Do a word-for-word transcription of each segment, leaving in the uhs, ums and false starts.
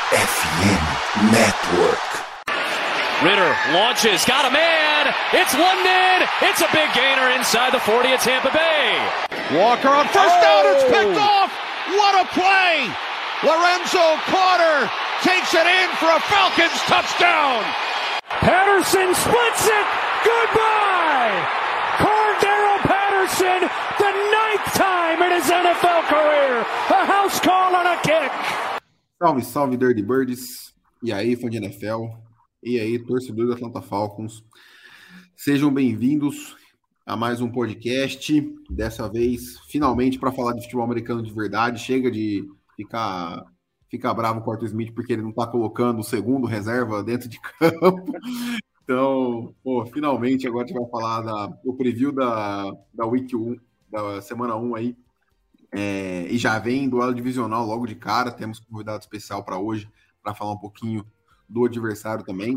F M Network. Ritter launches, got a man, it's London, it's a big gainer inside the forty at Tampa Bay. Walker on first oh. down, it's picked off, what a play! Lorenzo Carter takes it in for a Falcons touchdown! Patterson splits it, goodbye! Cordero Patterson, the ninth time in his N F L career, a house call on a kick! Salve, salve, Dirty Birds, e aí, fã de N F L, e aí, torcedor do Atlanta Falcons, sejam bem-vindos a mais um podcast, dessa vez, finalmente, para falar de futebol americano de verdade. Chega de ficar, ficar bravo com o Arthur Smith, porque ele não está colocando o segundo reserva dentro de campo. Então, pô, finalmente, agora a gente vai falar da, do preview da, da Week um, da semana um aí, é, e já vem duelo divisional logo de cara. Temos um convidado especial para hoje, para falar um pouquinho do adversário também.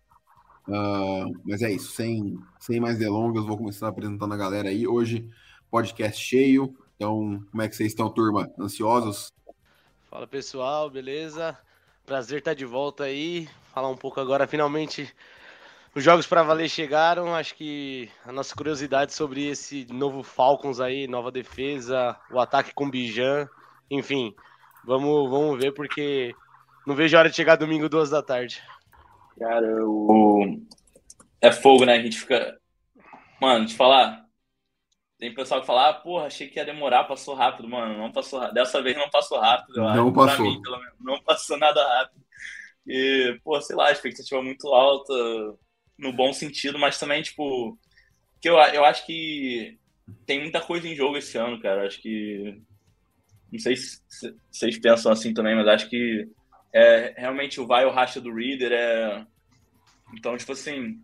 Uh, mas é isso, sem, sem mais delongas, vou começar apresentando a galera aí. Hoje, podcast cheio. Então, como é que vocês estão, turma? Ansiosos? Fala, pessoal, beleza? Prazer estar de volta aí. Falar um pouco agora, finalmente, os jogos para valer chegaram. Acho que a nossa curiosidade sobre esse novo Falcons aí, nova defesa, o ataque com Bijan, enfim, vamos, vamos ver, porque não vejo a hora de chegar domingo, duas da tarde. Cara, o... é fogo, né? A gente fica... Mano, te falar, tem pessoal que fala, ah, porra, achei que ia demorar, passou rápido. Mano, não passou rápido. Dessa vez não passou rápido. Não passou. Pra mim, pelo menos, não passou nada rápido. E, pô, sei lá, a expectativa muito alta, no bom sentido, mas também, tipo, que eu, eu acho que tem muita coisa em jogo esse ano, cara. Acho que... Não sei se, se vocês pensam assim também, mas acho que é, realmente o vai ou racha do Reader é... Então, tipo assim,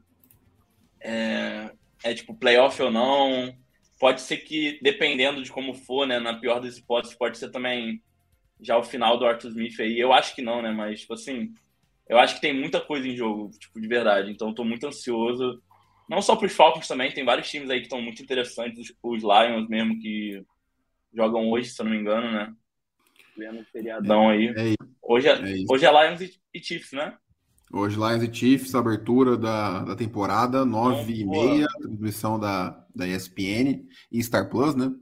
é, é tipo playoff ou não. Pode ser que, dependendo de como for, né, na pior das hipóteses, pode ser também já o final do Arthur Smith aí. Eu acho que não, né, mas, tipo assim, eu acho que tem muita coisa em jogo, tipo, de verdade. Então, eu tô muito ansioso. Não só pros Falcons também, tem vários times aí que estão muito interessantes. Os Lions mesmo, que jogam hoje, se eu não me engano, né? Vendo um feriadão aí. É, é hoje, é, é hoje é Lions e, e Chiefs, né? Hoje, Lions e Chiefs, abertura da, da temporada, nove e meia, transmissão da, da E S P N e Star Plus, né?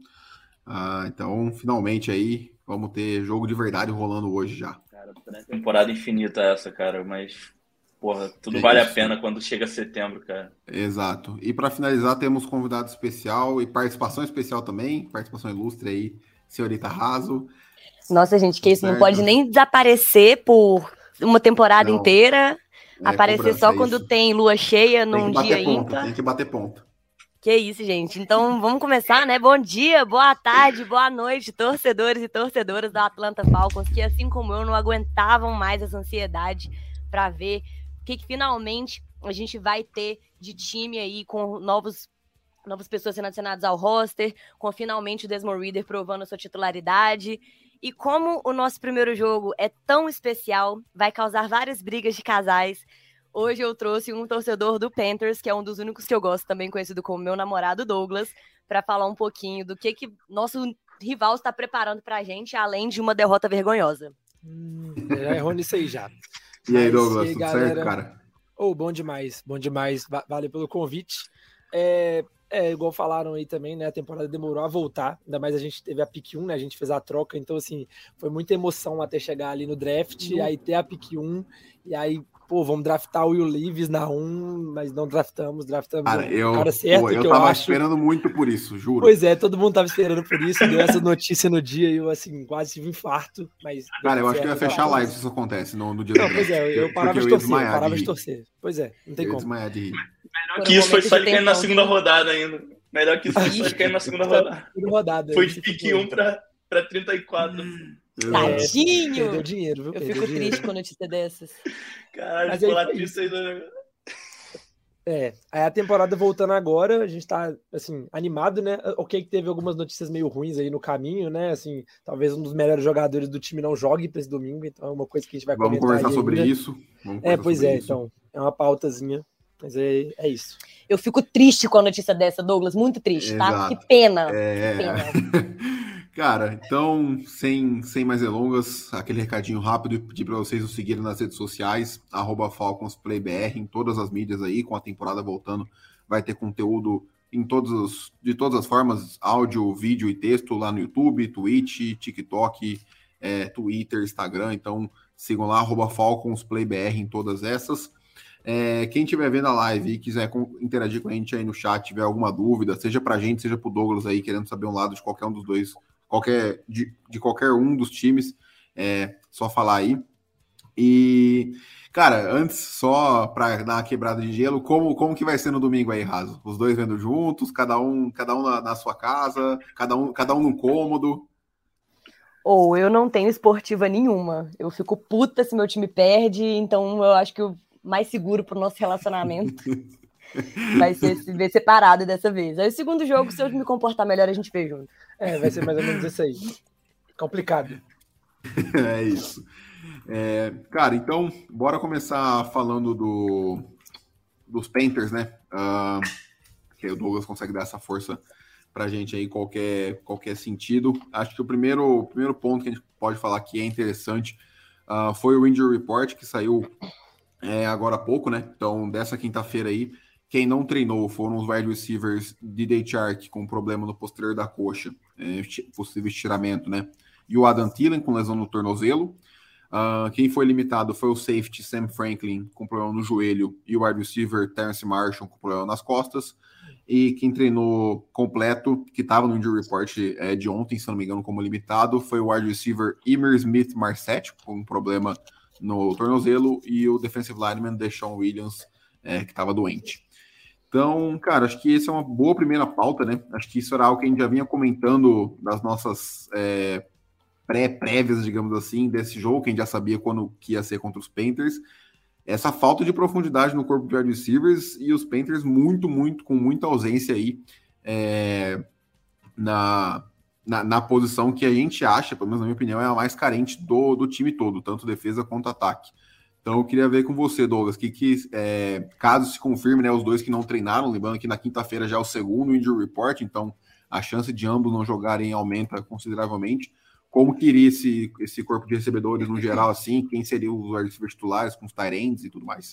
Ah, então, finalmente aí, vamos ter jogo de verdade rolando hoje já. Cara, temporada infinita essa, cara, mas, porra, tudo é vale isso. a pena quando chega setembro, cara. Exato. E para finalizar, temos convidado especial e participação especial também, participação ilustre aí, senhorita Raso. Nossa, gente, que isso não pode nem desaparecer por uma temporada não. inteira, É, aparecer só é quando isso. tem lua cheia num tem dia ponto, ímpar. Tem que bater ponto. Que isso, gente. Então, vamos começar, né? Bom dia, boa tarde, boa noite, torcedores e torcedoras da Atlanta Falcons, que assim como eu, não aguentavam mais essa ansiedade para ver o que, que finalmente a gente vai ter de time aí com novos novas pessoas sendo adicionadas ao roster, com finalmente o Desmond Ridder provando a sua titularidade. E como o nosso primeiro jogo é tão especial, vai causar várias brigas de casais, hoje eu trouxe um torcedor do Panthers, que é um dos únicos que eu gosto, também conhecido como meu namorado Douglas, para falar um pouquinho do que, que nosso rival está preparando para a gente, além de uma derrota vergonhosa. Hum, já errou nisso aí já. E aí, Mas, Douglas, e aí, tudo galera... certo, cara? Oh, bom demais, bom demais. Valeu pelo convite. É... É, igual falaram aí também, né? A temporada demorou a voltar, ainda mais a gente teve a pick um, né? A gente fez a troca, então, assim, foi muita emoção até chegar ali no draft, uhum. Aí ter a pick um, e aí, pô, vamos draftar o Will Levis na um, mas não draftamos, draftamos cara, o eu, cara certo, pô, eu que tava eu acho. esperando muito por isso, juro. Pois é, todo mundo tava esperando por isso, deu essa notícia no dia e eu, assim, quase tive um infarto, mas... Cara, eu acho que eu ia fechar a live se isso acontece no, no dia não, do pois é, eu, eu parava de torcer, eu parava de, de torcer. Pois é, não tem eu como. Desmaiar de rir. Melhor que isso foi só ele cair na segunda rodada ainda. Melhor que isso foi só ele cair na segunda rodada. rodada foi de pique um pra, pra trinta e quatro. Tadinho! Perdeu dinheiro, viu? Eu Perdeu fico dinheiro. triste com notícia dessas. Caralho, ficou lá triste aí. É, aí a temporada voltando agora, a gente tá, assim, animado, né? Ok que teve algumas notícias meio ruins aí no caminho, né? Assim, talvez um dos melhores jogadores do time não jogue pra esse domingo, então é uma coisa que a gente vai Vamos comentar conversar sobre ainda. isso. Vamos é, pois é, isso. então, é uma pautazinha, mas é, é isso. Eu fico triste com a notícia dessa, Douglas, muito triste, Exato. tá? Que pena. É... Que pena. Cara, então, sem, sem mais delongas, aquele recadinho rápido e pedir para vocês nos seguirem nas redes sociais, arroba FalconsPlayBR, em todas as mídias aí, com a temporada voltando, vai ter conteúdo em todos os, de todas as formas, áudio, vídeo e texto, lá no YouTube, Twitch, TikTok, é, Twitter, Instagram, então sigam lá, arroba FalconsPlayBR em todas essas. É, quem estiver vendo a live e quiser com, interagir com a gente aí no chat, tiver alguma dúvida, seja pra gente, seja pro Douglas aí, querendo saber um lado de qualquer um dos dois, qualquer, de, de qualquer um dos times, é só falar aí. E, cara, antes, só pra dar uma quebrada de gelo, como, como que vai ser no domingo aí, Raso? Os dois vendo juntos, cada um, cada um na, na sua casa, cada um, cada um num cômodo? Ou eu não tenho esportiva nenhuma. Eu fico puta se meu time perde, então eu acho que o mais seguro pro nosso relacionamento vai ser se ver separado dessa vez. Aí o segundo jogo, se eu me comportar melhor, a gente vê junto. É, vai ser mais ou menos isso aí. Complicado. É isso. É, cara, então, bora começar falando do, dos Panthers, né? Uh, que o Douglas consegue dar essa força pra gente aí, qualquer, qualquer sentido. Acho que o primeiro, o primeiro ponto que a gente pode falar que é interessante uh, foi o Injury Report, que saiu é, agora há pouco, né? Então, dessa quinta-feira aí, quem não treinou foram os wide receivers D J Chark com problema no posterior da coxa, é, possível estiramento, né? E o Adam Thielen com lesão no tornozelo. Uh, quem foi limitado foi o safety Sam Franklin com problema no joelho e o wide receiver Terrence Marshall com problema nas costas. E quem treinou completo, que estava no injury report é, de ontem, se não me engano, como limitado, foi o wide receiver Emer Smith Marset, com um problema no tornozelo, e o defensive lineman Deshaun Williams, é, que estava doente. Então, cara, acho que essa é uma boa primeira pauta, né? Acho que isso era algo que a gente já vinha comentando das nossas é, pré-prévias, digamos assim, desse jogo, que a gente já sabia quando que ia ser contra os Panthers. Essa falta de profundidade no corpo de wide receivers e os Panthers muito, muito, com muita ausência aí é, na, na, na posição que a gente acha, pelo menos na minha opinião, é a mais carente do, do time todo, tanto defesa quanto ataque. Então eu queria ver com você, Douglas, que, que é, caso se confirme, né, os dois que não treinaram, lembrando que na quinta-feira já é o segundo injury report, então a chance de ambos não jogarem aumenta consideravelmente. Como que iria esse, esse corpo de recebedores no geral, assim? Quem seriam os wide receivers titulares, com os tight ends e tudo mais?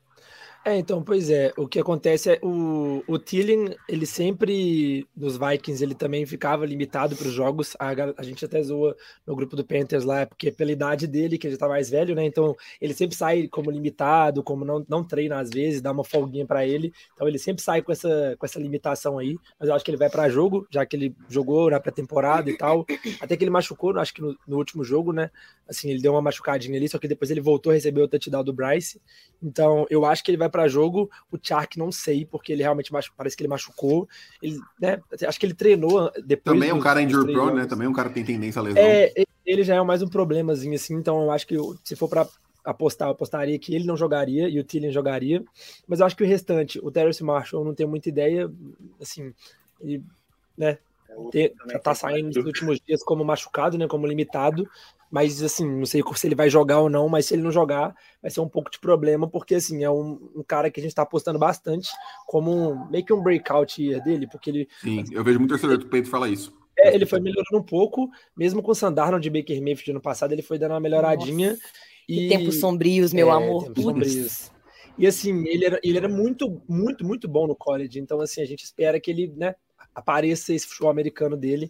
É, então, pois é, o que acontece é o, o Thielen, ele sempre, nos Vikings, ele também ficava limitado para os jogos, a, a gente até zoa no grupo do Panthers lá, porque pela idade dele, que ele tá mais velho, né, então ele sempre sai como limitado, como não, não treina às vezes, dá uma folguinha para ele, então ele sempre sai com essa, com essa limitação aí, mas eu acho que ele vai para jogo, já que ele jogou na pré-temporada e tal, até que ele machucou, acho que no, no último jogo, né, assim, ele deu uma machucadinha ali, só que depois ele voltou a receber o touchdown do Bryce, então eu acho que ele vai para jogo. O Chark não sei, porque ele realmente machu... parece que ele machucou. Ele, né, acho que ele treinou depois. Também é um cara injury prone, né? Também é um cara que tem tendência a lesão. É, ele já é mais um problemazinho assim, então eu acho que se for para apostar, eu apostaria que ele não jogaria e o Thielen jogaria, mas eu acho que o restante, o Terrence Marshall, eu não tenho muita ideia, assim, ele, né, tem, já tá saindo nos últimos dias como machucado, né, como limitado, mas assim, não sei se ele vai jogar ou não, mas se ele não jogar, vai ser um pouco de problema, porque assim, é um, um cara que a gente tá apostando bastante como um, meio que um breakout year dele, porque ele... Sim, eu vejo muito torcedor do Peito falar isso. É, ele foi melhorando um pouco, mesmo com o Sandarnold de Baker Mayfield ano passado, ele foi dando uma melhoradinha. Nossa, e que tempos sombrios, meu é, amor. Tempos sombrios. E assim, ele era, ele era muito, muito, muito bom no college, então assim, a gente espera que ele, né, apareça esse futebol americano dele,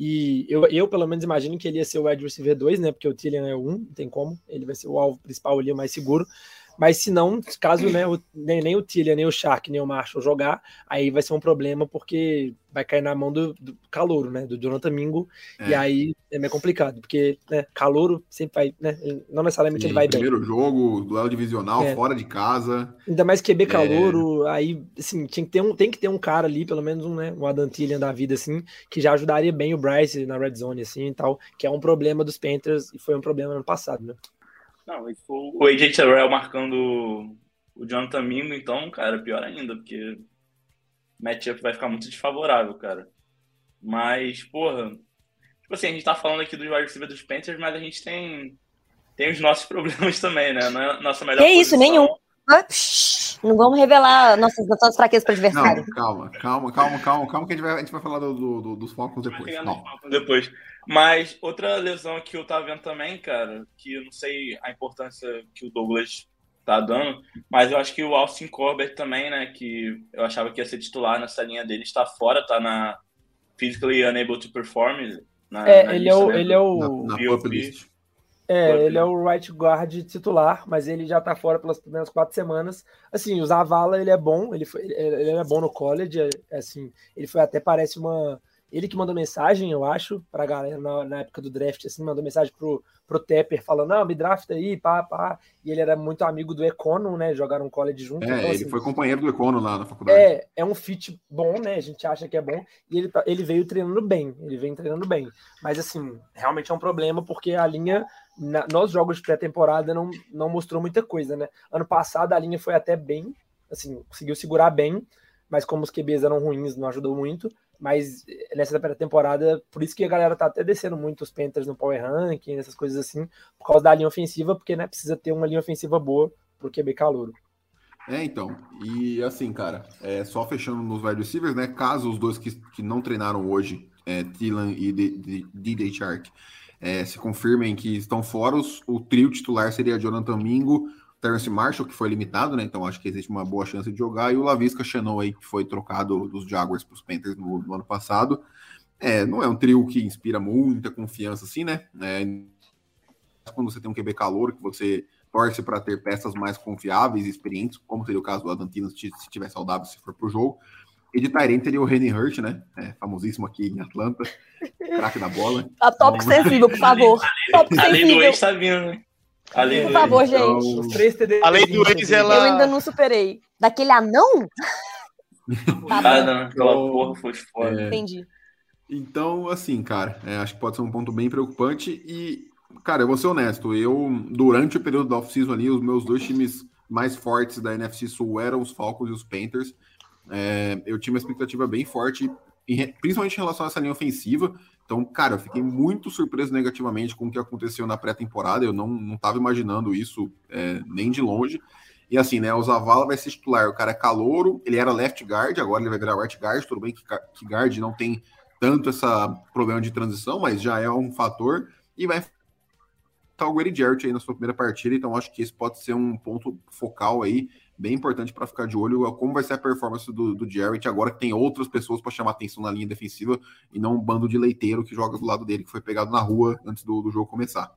e eu, eu pelo menos imagino que ele ia ser o wide receiver dois, né, porque o Thielen é um, não tem como, ele vai ser o alvo principal ali, o mais seguro, mas se não, caso, né, o, nem, nem o Thielen, nem o Chark, nem o Marshall jogar, aí vai ser um problema, porque vai cair na mão do, do calouro, né, do Jonathan Mingo, é. E aí é meio complicado, porque, né, calouro sempre vai, né, não necessariamente Sim, ele vai primeiro bem. jogo, duelo divisional, é. Fora de casa. Ainda mais Q B calouro, é. Aí, assim, tinha que ter um, tem que ter um cara ali, pelo menos um, né, um Adam Thielen da vida, assim, que já ajudaria bem o Bryce na red zone, assim, e tal, que é um problema dos Panthers, e foi um problema no ano passado, né. Não, e foi o A J Terrell marcando o Jonathan Mingo, então, cara, pior ainda, porque o matchup vai ficar muito desfavorável, cara. Mas, porra, tipo assim, a gente tá falando aqui dos wide receiver dos Panthers, mas a gente tem, tem os nossos problemas também, né? Não é a nossa melhor que posição. Isso, nenhum. Não vamos revelar nossas, nossas fraquezas para o adversário. Não, calma, calma, calma, calma, calma, que a gente vai, a gente vai falar do, do, do, dos Falcons depois. depois. Mas outra lesão que eu tava vendo também, cara, que eu não sei a importância que o Douglas tá dando, mas eu acho que o Austin Corbett também, né, que eu achava que ia ser titular nessa linha dele, está fora, tá na physically unable to perform. Na, é, na ele, lista, é o, né, ele é o... Na, na list. É, ele é o right guard titular, mas ele já tá fora pelas primeiras quatro semanas. Assim, o Zavala, ele é bom, ele, foi, ele é bom no college, é, assim, ele foi até, parece uma... Ele que mandou mensagem, eu acho, pra galera na, na época do draft, assim, mandou mensagem pro, pro Tepper, falando, não, me drafta aí, pá, pá. E ele era muito amigo do Econo, né, jogaram college junto. É, então, ele assim, foi companheiro do Econo lá na faculdade. É, é um fit bom, né, a gente acha que é bom, e ele, ele veio treinando bem, ele vem treinando bem. Mas, assim, realmente é um problema, porque a linha... Na, nos jogos de pré-temporada não, não mostrou muita coisa, né? Ano passado a linha foi até bem, assim, conseguiu segurar bem, mas como os Q Bs eram ruins, não ajudou muito. Mas nessa pré-temporada, por isso que a galera tá até descendo muito os Panthers no Power Ranking, essas coisas assim, por causa da linha ofensiva, porque né, precisa ter uma linha ofensiva boa pro Q B calouro. É, então, e assim, cara, é, só fechando nos wide receivers, né? Caso os dois que, que não treinaram hoje, é, Thielen e D J Chark, É, se confirmem que estão fora, os, o trio titular seria Jonathan Mingo, Terrence Marshall, que foi limitado, né? Então acho que existe uma boa chance de jogar, e o Laviska Shenault, que foi trocado dos Jaguars para os Panthers no, no ano passado. É, não é um trio que inspira muita confiança, assim, né? É, quando você tem um Q B calouro, que você torce para ter peças mais confiáveis e experientes, como seria o caso do Adam Thielen, se estiver saudável, se for para o jogo. E de Tyrant teria o Henry Hurt, né? É, famosíssimo aqui em Atlanta. Craque da bola. A tópico sensível, por favor. Tópico Além sensível. do ex tá vindo, né? Além Por do favor, ex. gente. Os três T D. Além do ex, ela... Eu ainda não superei. Daquele anão? Tá Ah, bom. não, aquela porra foi foda. É, Entendi. então, assim, cara, é, acho que pode ser um ponto bem preocupante. E, cara, eu vou ser honesto, eu, durante o período da off-season ali, os meus dois times mais fortes da N F C Sul eram os Falcons e os Panthers. É, eu tinha uma expectativa bem forte, principalmente em relação a essa linha ofensiva. Então, cara, eu fiquei muito surpreso negativamente com o que aconteceu na pré-temporada. Eu não, não tava imaginando isso é, nem de longe. E assim, né, o Zavala vai ser titular. O cara é calouro, ele era left guard, agora ele vai virar right guard. Tudo bem que, que guard não tem tanto esse problema de transição, mas já é um fator. E vai estar o Grady Jarrett aí na sua primeira partida. Então, acho que esse pode ser um ponto focal aí, bem importante para ficar de olho, como vai ser a performance do, do Jarrett, agora que tem outras pessoas para chamar atenção na linha defensiva e não um bando de leiteiro que joga do lado dele, que foi pegado na rua antes do, do jogo começar.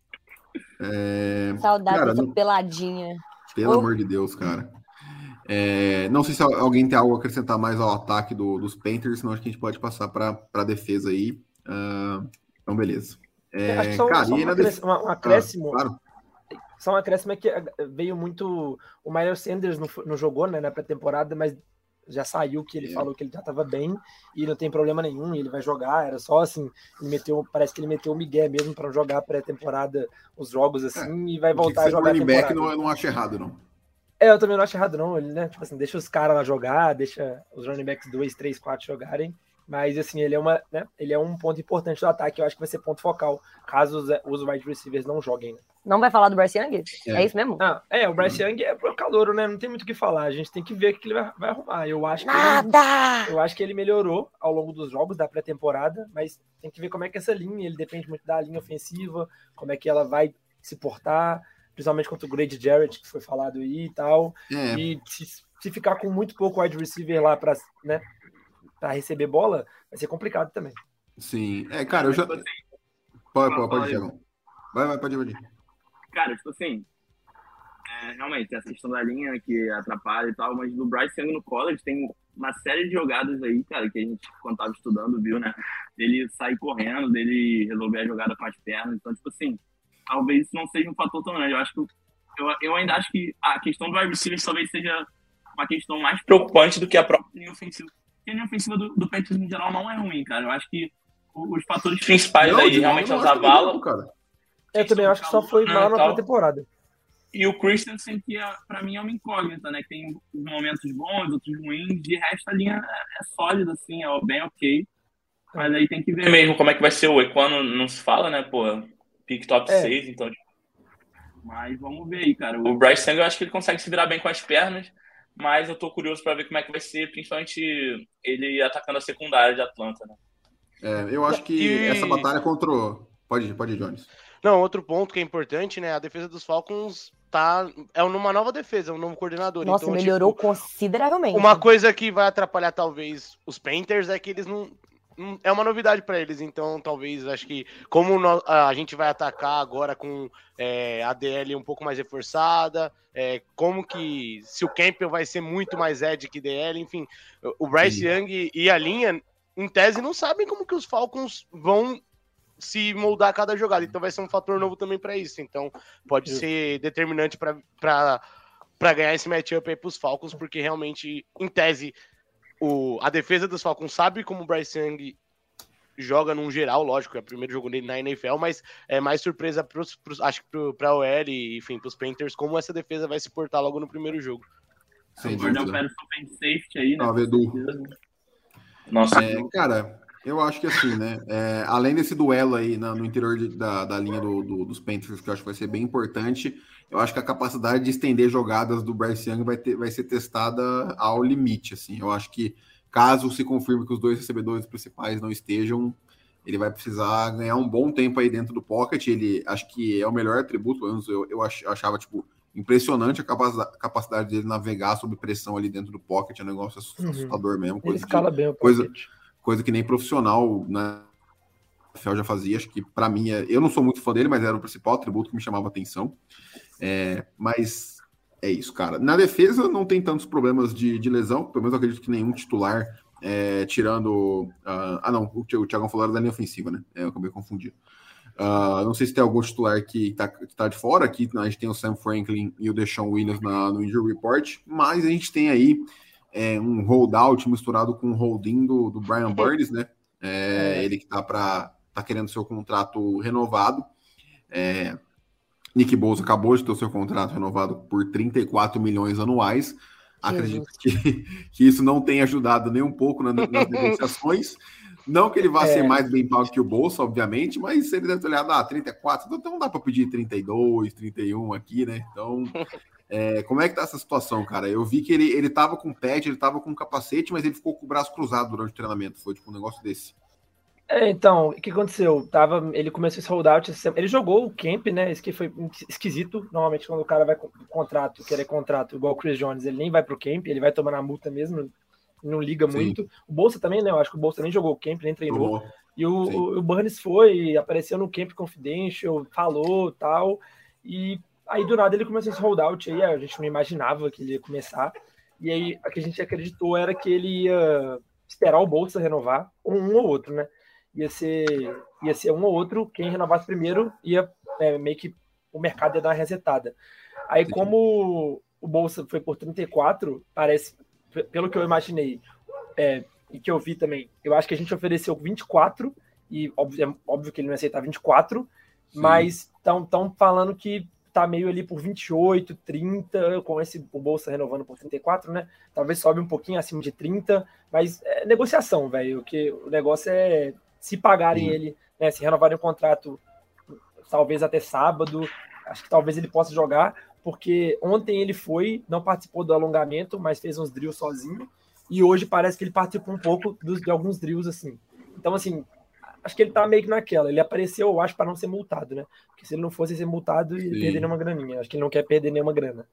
É... Saudade cara, dessa não... peladinha. Pelo Oh. amor de Deus, cara. É... Não sei se alguém tem algo a acrescentar mais ao ataque do, dos Panthers, senão acho que a gente pode passar para a defesa aí. Uh... Então, beleza. É... Acho que só, cara, só e um, na acrés... def... um acréscimo. Ah, claro. Só um acréscimo é que veio muito... O Miles Sanders não, não jogou, né, na pré-temporada, mas já saiu que ele é. falou que ele já estava bem e não tem problema nenhum, ele vai jogar. Era só assim, ele meteu, parece que ele meteu o migué mesmo para jogar a pré-temporada, os jogos assim, é. e vai voltar a jogar a temporada. Back não, eu não acho errado, não. É, eu também não acho errado, não. Ele, né, tipo assim, deixa os caras lá jogar, deixa os running backs dois, três, quatro jogarem. Mas, assim, ele é, uma, né, ele é um ponto importante do ataque. Eu acho que vai ser ponto focal, caso os, os wide receivers não joguem. Né? Não vai falar do Bryce Young? É, é isso mesmo? Ah, é, o Bryce Young é pro calouro, né? Não tem muito o que falar. A gente tem que ver o que ele vai, vai arrumar. Eu acho que Nada! Ele, eu acho que ele melhorou ao longo dos jogos da pré-temporada, mas tem que ver como é que essa linha, ele depende muito da linha ofensiva, como é que ela vai se portar, principalmente contra o Grady Jarrett, que foi falado aí e tal. É. E se, se ficar com muito pouco wide receiver lá para, né, para receber bola, vai ser complicado também. Sim. É, cara, eu já... Pode, pode, pode, Thiago. Vai, vai, pode ir. Cara, tipo assim, é, realmente, essa questão da linha que atrapalha e tal, mas do Bryce Young no college tem uma série de jogadas aí, cara, que a gente, quando tava estudando, viu, né? Dele sair correndo, dele resolver a jogada com as pernas. Então, tipo assim, talvez isso não seja um fator tão grande. Eu acho que, eu, eu ainda acho que a questão do wide receiver talvez seja uma questão mais preocupante do que a própria linha ofensiva. Porque a linha ofensiva do, do Panthers, em geral, não é ruim, cara. Eu acho que os fatores principais não, aí realmente é o Zavala. Eu também acho que só foi mal na pré-temporada. E o Christensen, que é, pra mim é uma incógnita, né? Que tem momentos bons, outros ruins. De resto, a linha é, é sólida, assim, é bem ok. Mas aí tem que ver mesmo como é que vai ser o Equano, não se fala, né? Pô, pick top é. seis, então... Mas vamos ver aí, cara. O Bryce Young, eu acho que ele consegue se virar bem com as pernas. mas eu tô curioso para ver como é que vai ser, principalmente ele atacando a secundária de Atlanta, né? É, eu acho que E- essa batalha contra o... Pode ir, pode ir, Jones. Não, outro ponto que é importante, né? A defesa dos Falcons tá. É uma nova defesa, é um novo coordenador. Nossa, então, melhorou tipo, consideravelmente. uma coisa que vai atrapalhar, talvez, os Panthers é que eles não. não- É uma novidade para eles, então talvez, acho que como nó- a gente vai atacar agora com é, a D L um pouco mais reforçada, é, como que se o Campbell vai ser muito mais edge que D L, enfim, o Bryce Sim. Young e a linha, em tese, não sabem como que os Falcons vão se moldar a cada jogada, então vai ser um fator novo também para isso, então pode Isso. ser determinante para ganhar esse matchup aí pros Falcons, porque realmente, em tese, o, a defesa dos Falcons sabe como o Bryce Young joga num geral, lógico, é o primeiro jogo dele na N F L, mas é mais surpresa pros, pros, acho que pro, pra O L e, enfim, pros Panthers, como essa defesa vai se portar logo no primeiro jogo. Sem O Gordon dúvida. Patterson tem safety aí, né? Salve, Edu. Nossa, É, cara, eu acho que assim, né? é, além desse duelo aí na- no interior de- da, da linha do- do- dos Panthers, que eu acho que vai ser bem importante, eu acho que a capacidade de estender jogadas do Bryce Young vai, ter, vai ser testada ao limite, assim. Eu acho que caso se confirme que os dois recebedores principais não estejam, ele vai precisar ganhar um bom tempo aí dentro do pocket. Ele acho que é o melhor atributo, pelo menos eu, eu ach- achava, tipo, impressionante a capacidade, capacidade dele navegar sob pressão ali dentro do pocket, é um negócio Uhum. assustador mesmo. Ele Coisa de- escala bem o coisa- pocket. coisa que nem profissional na N F L já fazia. Acho que para mim, é... eu não sou muito fã dele, mas era o principal atributo que me chamava atenção. É, mas é isso, cara. Na defesa não tem tantos problemas de, de lesão, pelo menos eu acredito que nenhum titular, é, tirando. Uh, ah, não, o, o Thiago falou da linha ofensiva, né? É, eu acabei confundindo. Uh, não sei se tem algum titular que tá, que tá de fora. Aqui a gente tem o Sam Franklin e o Deshaun Williams na, no Injury Report, mas a gente tem aí é, um holdout misturado com um holding do, do Brian Burns, né? É, é. Ele que tá, pra, tá querendo seu contrato renovado. É, Nick Bosa acabou de ter o seu contrato renovado por trinta e quatro milhões anuais. Acredito que, que isso não tenha ajudado nem um pouco na, nas negociações. Não que ele vá é. ser mais bem pago que o Bolsa, obviamente, mas ele deve ter olhado, ah, trinta e quatro, então não dá para pedir trinta e dois, trinta e um aqui, né? Então, é, como é que tá essa situação, cara? Eu vi que ele, ele tava com pad, ele tava com capacete, mas ele ficou com o braço cruzado durante o treinamento. Foi tipo um negócio desse. É, então, o que aconteceu? Tava, ele começou esse holdout, ele jogou o camp, né? Isso que foi esquisito. Normalmente, quando o cara vai com contrato, querer contrato, igual o Chris Jones, ele nem vai pro camp, ele vai tomando a multa mesmo, não liga Sim. muito. O Bolsa também, né? Eu acho que o Bolsa nem jogou o camp, nem treinou. Uhum. E o, o, o Burns foi, apareceu no Camp Confidential, falou tal. E aí, do nada, ele começou esse holdout aí. A gente não imaginava que ele ia começar. E aí, o que a gente acreditou era que ele ia esperar o Bolsa renovar, um ou outro, né? Ia ser, ia ser um ou outro, quem renovasse primeiro ia é, meio que o mercado ia dar uma resetada. Aí, Sim. como o Bolsa foi por trinta e quatro, parece, pelo que eu imaginei, é, e que eu vi também, eu acho que a gente ofereceu vinte e quatro, e óbvio, é óbvio que ele não ia aceitar vinte e quatro, Sim. mas estão falando que tá meio ali por vinte e oito, trinta, com esse o Bolsa renovando por trinta e quatro, né? Talvez sobe um pouquinho acima de trinta, mas é negociação, velho, que o negócio é se pagarem Sim. ele, né, se renovarem o contrato, talvez até sábado, acho que talvez ele possa jogar, porque ontem ele foi, não participou do alongamento, mas fez uns drills sozinho, e hoje parece que ele participou um pouco dos, de alguns drills, assim. Então, assim, acho que ele tá meio que naquela, ele apareceu, eu acho, para não ser multado, né? Porque se ele não fosse ser multado, ele ia perder nenhuma graninha, acho que ele não quer perder nenhuma grana.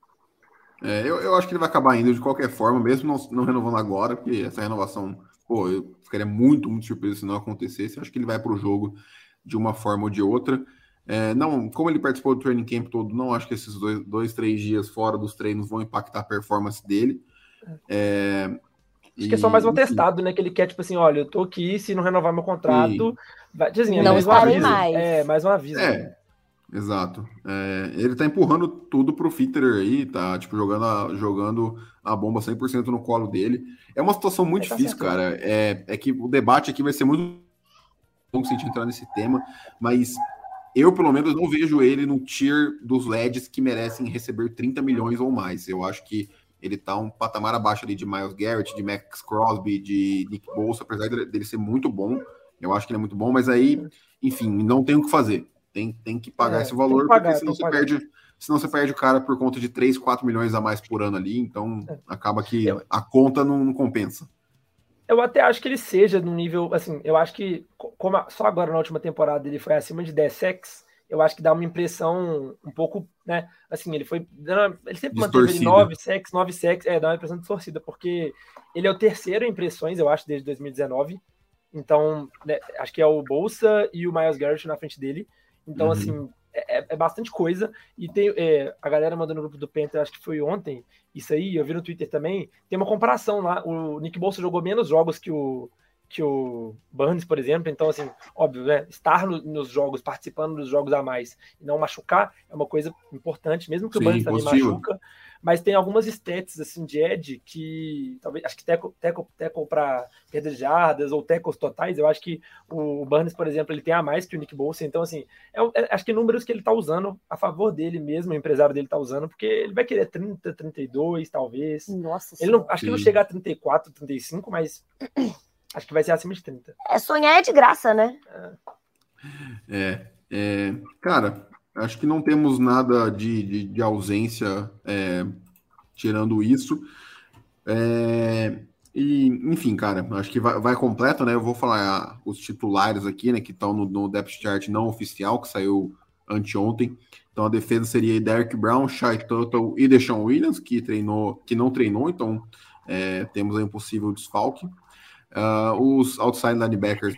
É, eu, eu acho que ele vai acabar indo de qualquer forma, mesmo não, não renovando agora, porque essa renovação... Pô, eu ficaria muito, muito surpreso se não acontecesse. Eu acho que ele vai para o jogo de uma forma ou de outra. É, não, como ele participou do training camp todo, não acho que esses dois, dois, três dias fora dos treinos vão impactar a performance dele. É, acho e, que é só mais um enfim. testado, né? Que ele quer, tipo assim, olha, eu tô aqui, se não renovar meu contrato, vai, assim, não estarei um mais. É, mais um aviso. É, né? Exato. É, ele tá empurrando tudo pro Fitterer aí, tá, tipo, jogando a, jogando a bomba cem por cento no colo dele. É uma situação muito é, tá difícil, certo. cara. É, é que o debate aqui vai ser muito bom se a gente entrar nesse tema, mas eu, pelo menos, não vejo ele no tier dos L E Ds que merecem receber trinta milhões ou mais. Eu acho que ele tá um patamar abaixo ali de Myles Garrett, de Max Crosby, de Nick Bosa, apesar dele ser muito bom. Eu acho que ele é muito bom, mas aí, enfim, não tem o que fazer. Tem, tem que pagar é, esse valor, pagar, porque senão você perde, senão você perde o cara por conta de três, quatro milhões a mais por ano ali, então acaba que a conta não, não compensa. Eu até acho que ele seja no nível, assim, eu acho que como só agora na última temporada ele foi acima de dez sacks, eu acho que dá uma impressão um pouco, né, assim, ele foi, ele sempre manteve ele nove sacks, nove sacks, é, dá uma impressão distorcida, porque ele é o terceiro em impressões, eu acho, desde dois mil e dezenove, então, né, acho que é o Bolsa e o Myles Garrett na frente dele, então, uhum. assim, é, é bastante coisa, e tem, é, a galera mandou no grupo do Panther, acho que foi ontem, isso aí, eu vi no Twitter também, tem uma comparação lá, o Nick Bosa jogou menos jogos que o que o Burns, por exemplo, então, assim, óbvio, né, estar no, nos jogos, participando dos jogos a mais e não machucar é uma coisa importante, mesmo que Sim, o Burns também machuca, mas tem algumas stats, assim, de edge que, talvez, acho que tackle, tackle, tackle para perdas de jardas ou tackles totais, eu acho que o Burns, por exemplo, ele tem a mais que o Nick Bosa, então, assim, é, é, acho que números que ele tá usando a favor dele mesmo, o empresário dele tá usando, porque ele vai querer trinta, trinta e dois, talvez. Nossa ele não, Acho Sim. que não chega a trinta e quatro, trinta e cinco, mas... Acho que vai ser acima de trinta. É, sonhar é de graça, né? É, é cara, acho que não temos nada de, de, de ausência é, tirando isso. É, e, enfim, cara, acho que vai, vai completo, né? Eu vou falar os titulares aqui, né? Que estão no, no depth chart não oficial, que saiu anteontem. Então a defesa seria Derrick Brown, Shai Tuttle e Deshaun Williams, que, treinou, que não treinou, então é, temos aí um possível desfalque. Uh, os outside linebackers,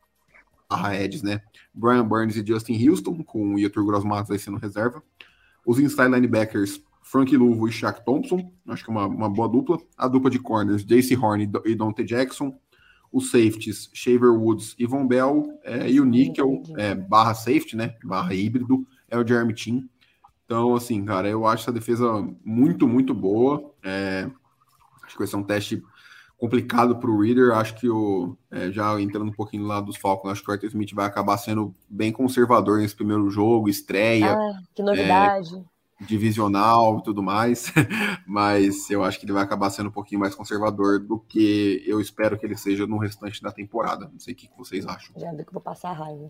a Edges, né? Brian Burns e Justin Houston, com o Yetur Gross-Matos aí sendo reserva. Os inside linebackers, Frank Luvo e Shaq Thompson, acho que é uma, uma boa dupla. A dupla de corners, J C Horn e Dante Jackson. Os safeties, Shaver Woods e Von Bell. É, e o níquel, é, barra safety, né? Barra híbrido, é o Jeremy Chin. Então, assim, cara, eu acho essa defesa muito, muito boa. É, acho que vai ser um teste complicado para o Reader. Acho que o é, já entrando um pouquinho lá dos Falcons, acho que o Arthur Smith vai acabar sendo bem conservador nesse primeiro jogo, estreia. Ah, que novidade. É, divisional e tudo mais, mas eu acho que ele vai acabar sendo um pouquinho mais conservador do que eu espero que ele seja no restante da temporada. Não sei o que vocês acham. Já vi que eu vou passar a raiva.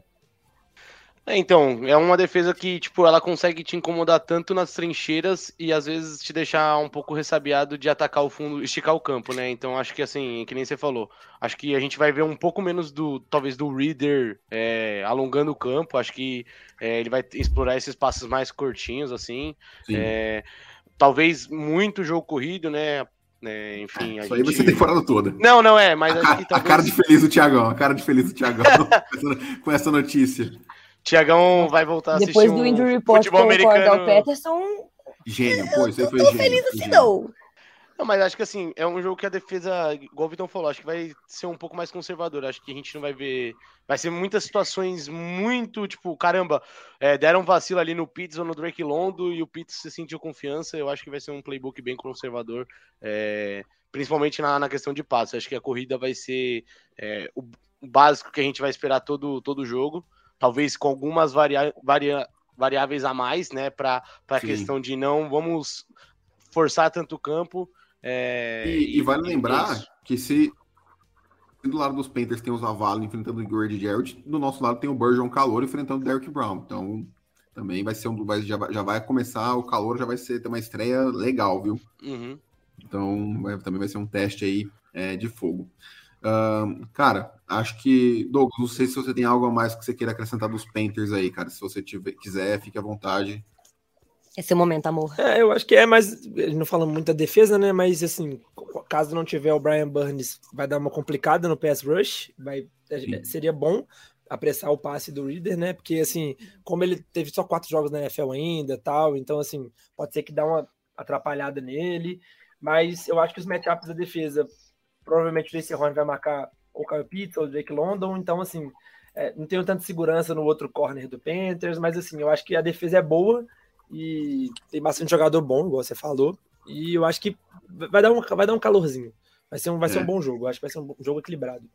É, então, é uma defesa que, tipo, ela consegue te incomodar tanto nas trincheiras e às vezes te deixar um pouco ressabiado de atacar o fundo, esticar o campo, né? Então, acho que assim, que nem você falou, acho que a gente vai ver um pouco menos do, talvez, do Reader é, alongando o campo. Acho que é, ele vai explorar esses passos mais curtinhos, assim. É, talvez muito jogo corrido, né? É, enfim, Isso a aí gente... vai ser a temporada toda. Não, não é, mas a, acho cara, que talvez... a cara de feliz do Thiagão, a cara de feliz do Thiagão com essa notícia. Tiagão vai voltar a assistir Depois do injury report com o Cordell Patterson. Gênio, pô, isso aí foi tô gênio. feliz assim, não. Não, mas acho que assim, é um jogo que a defesa, igual o Vitão falou, acho que vai ser um pouco mais conservador. Acho que a gente não vai ver. Vai ser muitas situações muito, tipo, caramba, é, deram um vacilo ali no Pitts ou no Drake London e o Pitts se sentiu confiança. Eu acho que vai ser um playbook bem conservador, é, principalmente na, na questão de passe. Acho que a corrida vai ser é, o, o básico que a gente vai esperar todo todo jogo. Talvez com algumas varia, varia, variáveis a mais, né, para a questão de não vamos forçar tanto o campo. É, e, e, e vale e lembrar isso. que se do lado dos Panthers tem o Zavala enfrentando o Grady Jarrett, do nosso lado tem o Burgeon Calor enfrentando o Derrick Brown. Então também vai ser um vai, já, já vai começar o calor, já vai ser ter uma estreia legal, viu? Uhum. Então vai, também vai ser um teste aí é, de fogo. Uh, cara, acho que Douglas, não sei se você tem algo a mais que você queira acrescentar dos Panthers aí, cara. Se você tiver, quiser, fique à vontade. Esse é o momento, amor. É, eu acho que é, mas não falamos muito da defesa, né? Mas assim, caso não tiver o Brian Burns, vai dar uma complicada no pass rush. Vai, seria bom apressar o passe do Reader, né? Porque assim, como ele teve só quatro jogos na N F L ainda, tal, então assim, pode ser que dá uma atrapalhada nele. Mas eu acho que os matchups da defesa, provavelmente o J C Horn vai marcar o Kyle Pitts ou o Drake London, então assim, é, não tenho tanta segurança no outro corner do Panthers, mas assim, eu acho que a defesa é boa e tem bastante jogador bom, igual você falou, e eu acho que vai dar um, vai dar um calorzinho, vai ser um, vai é. ser um bom jogo, eu acho que vai ser um jogo equilibrado.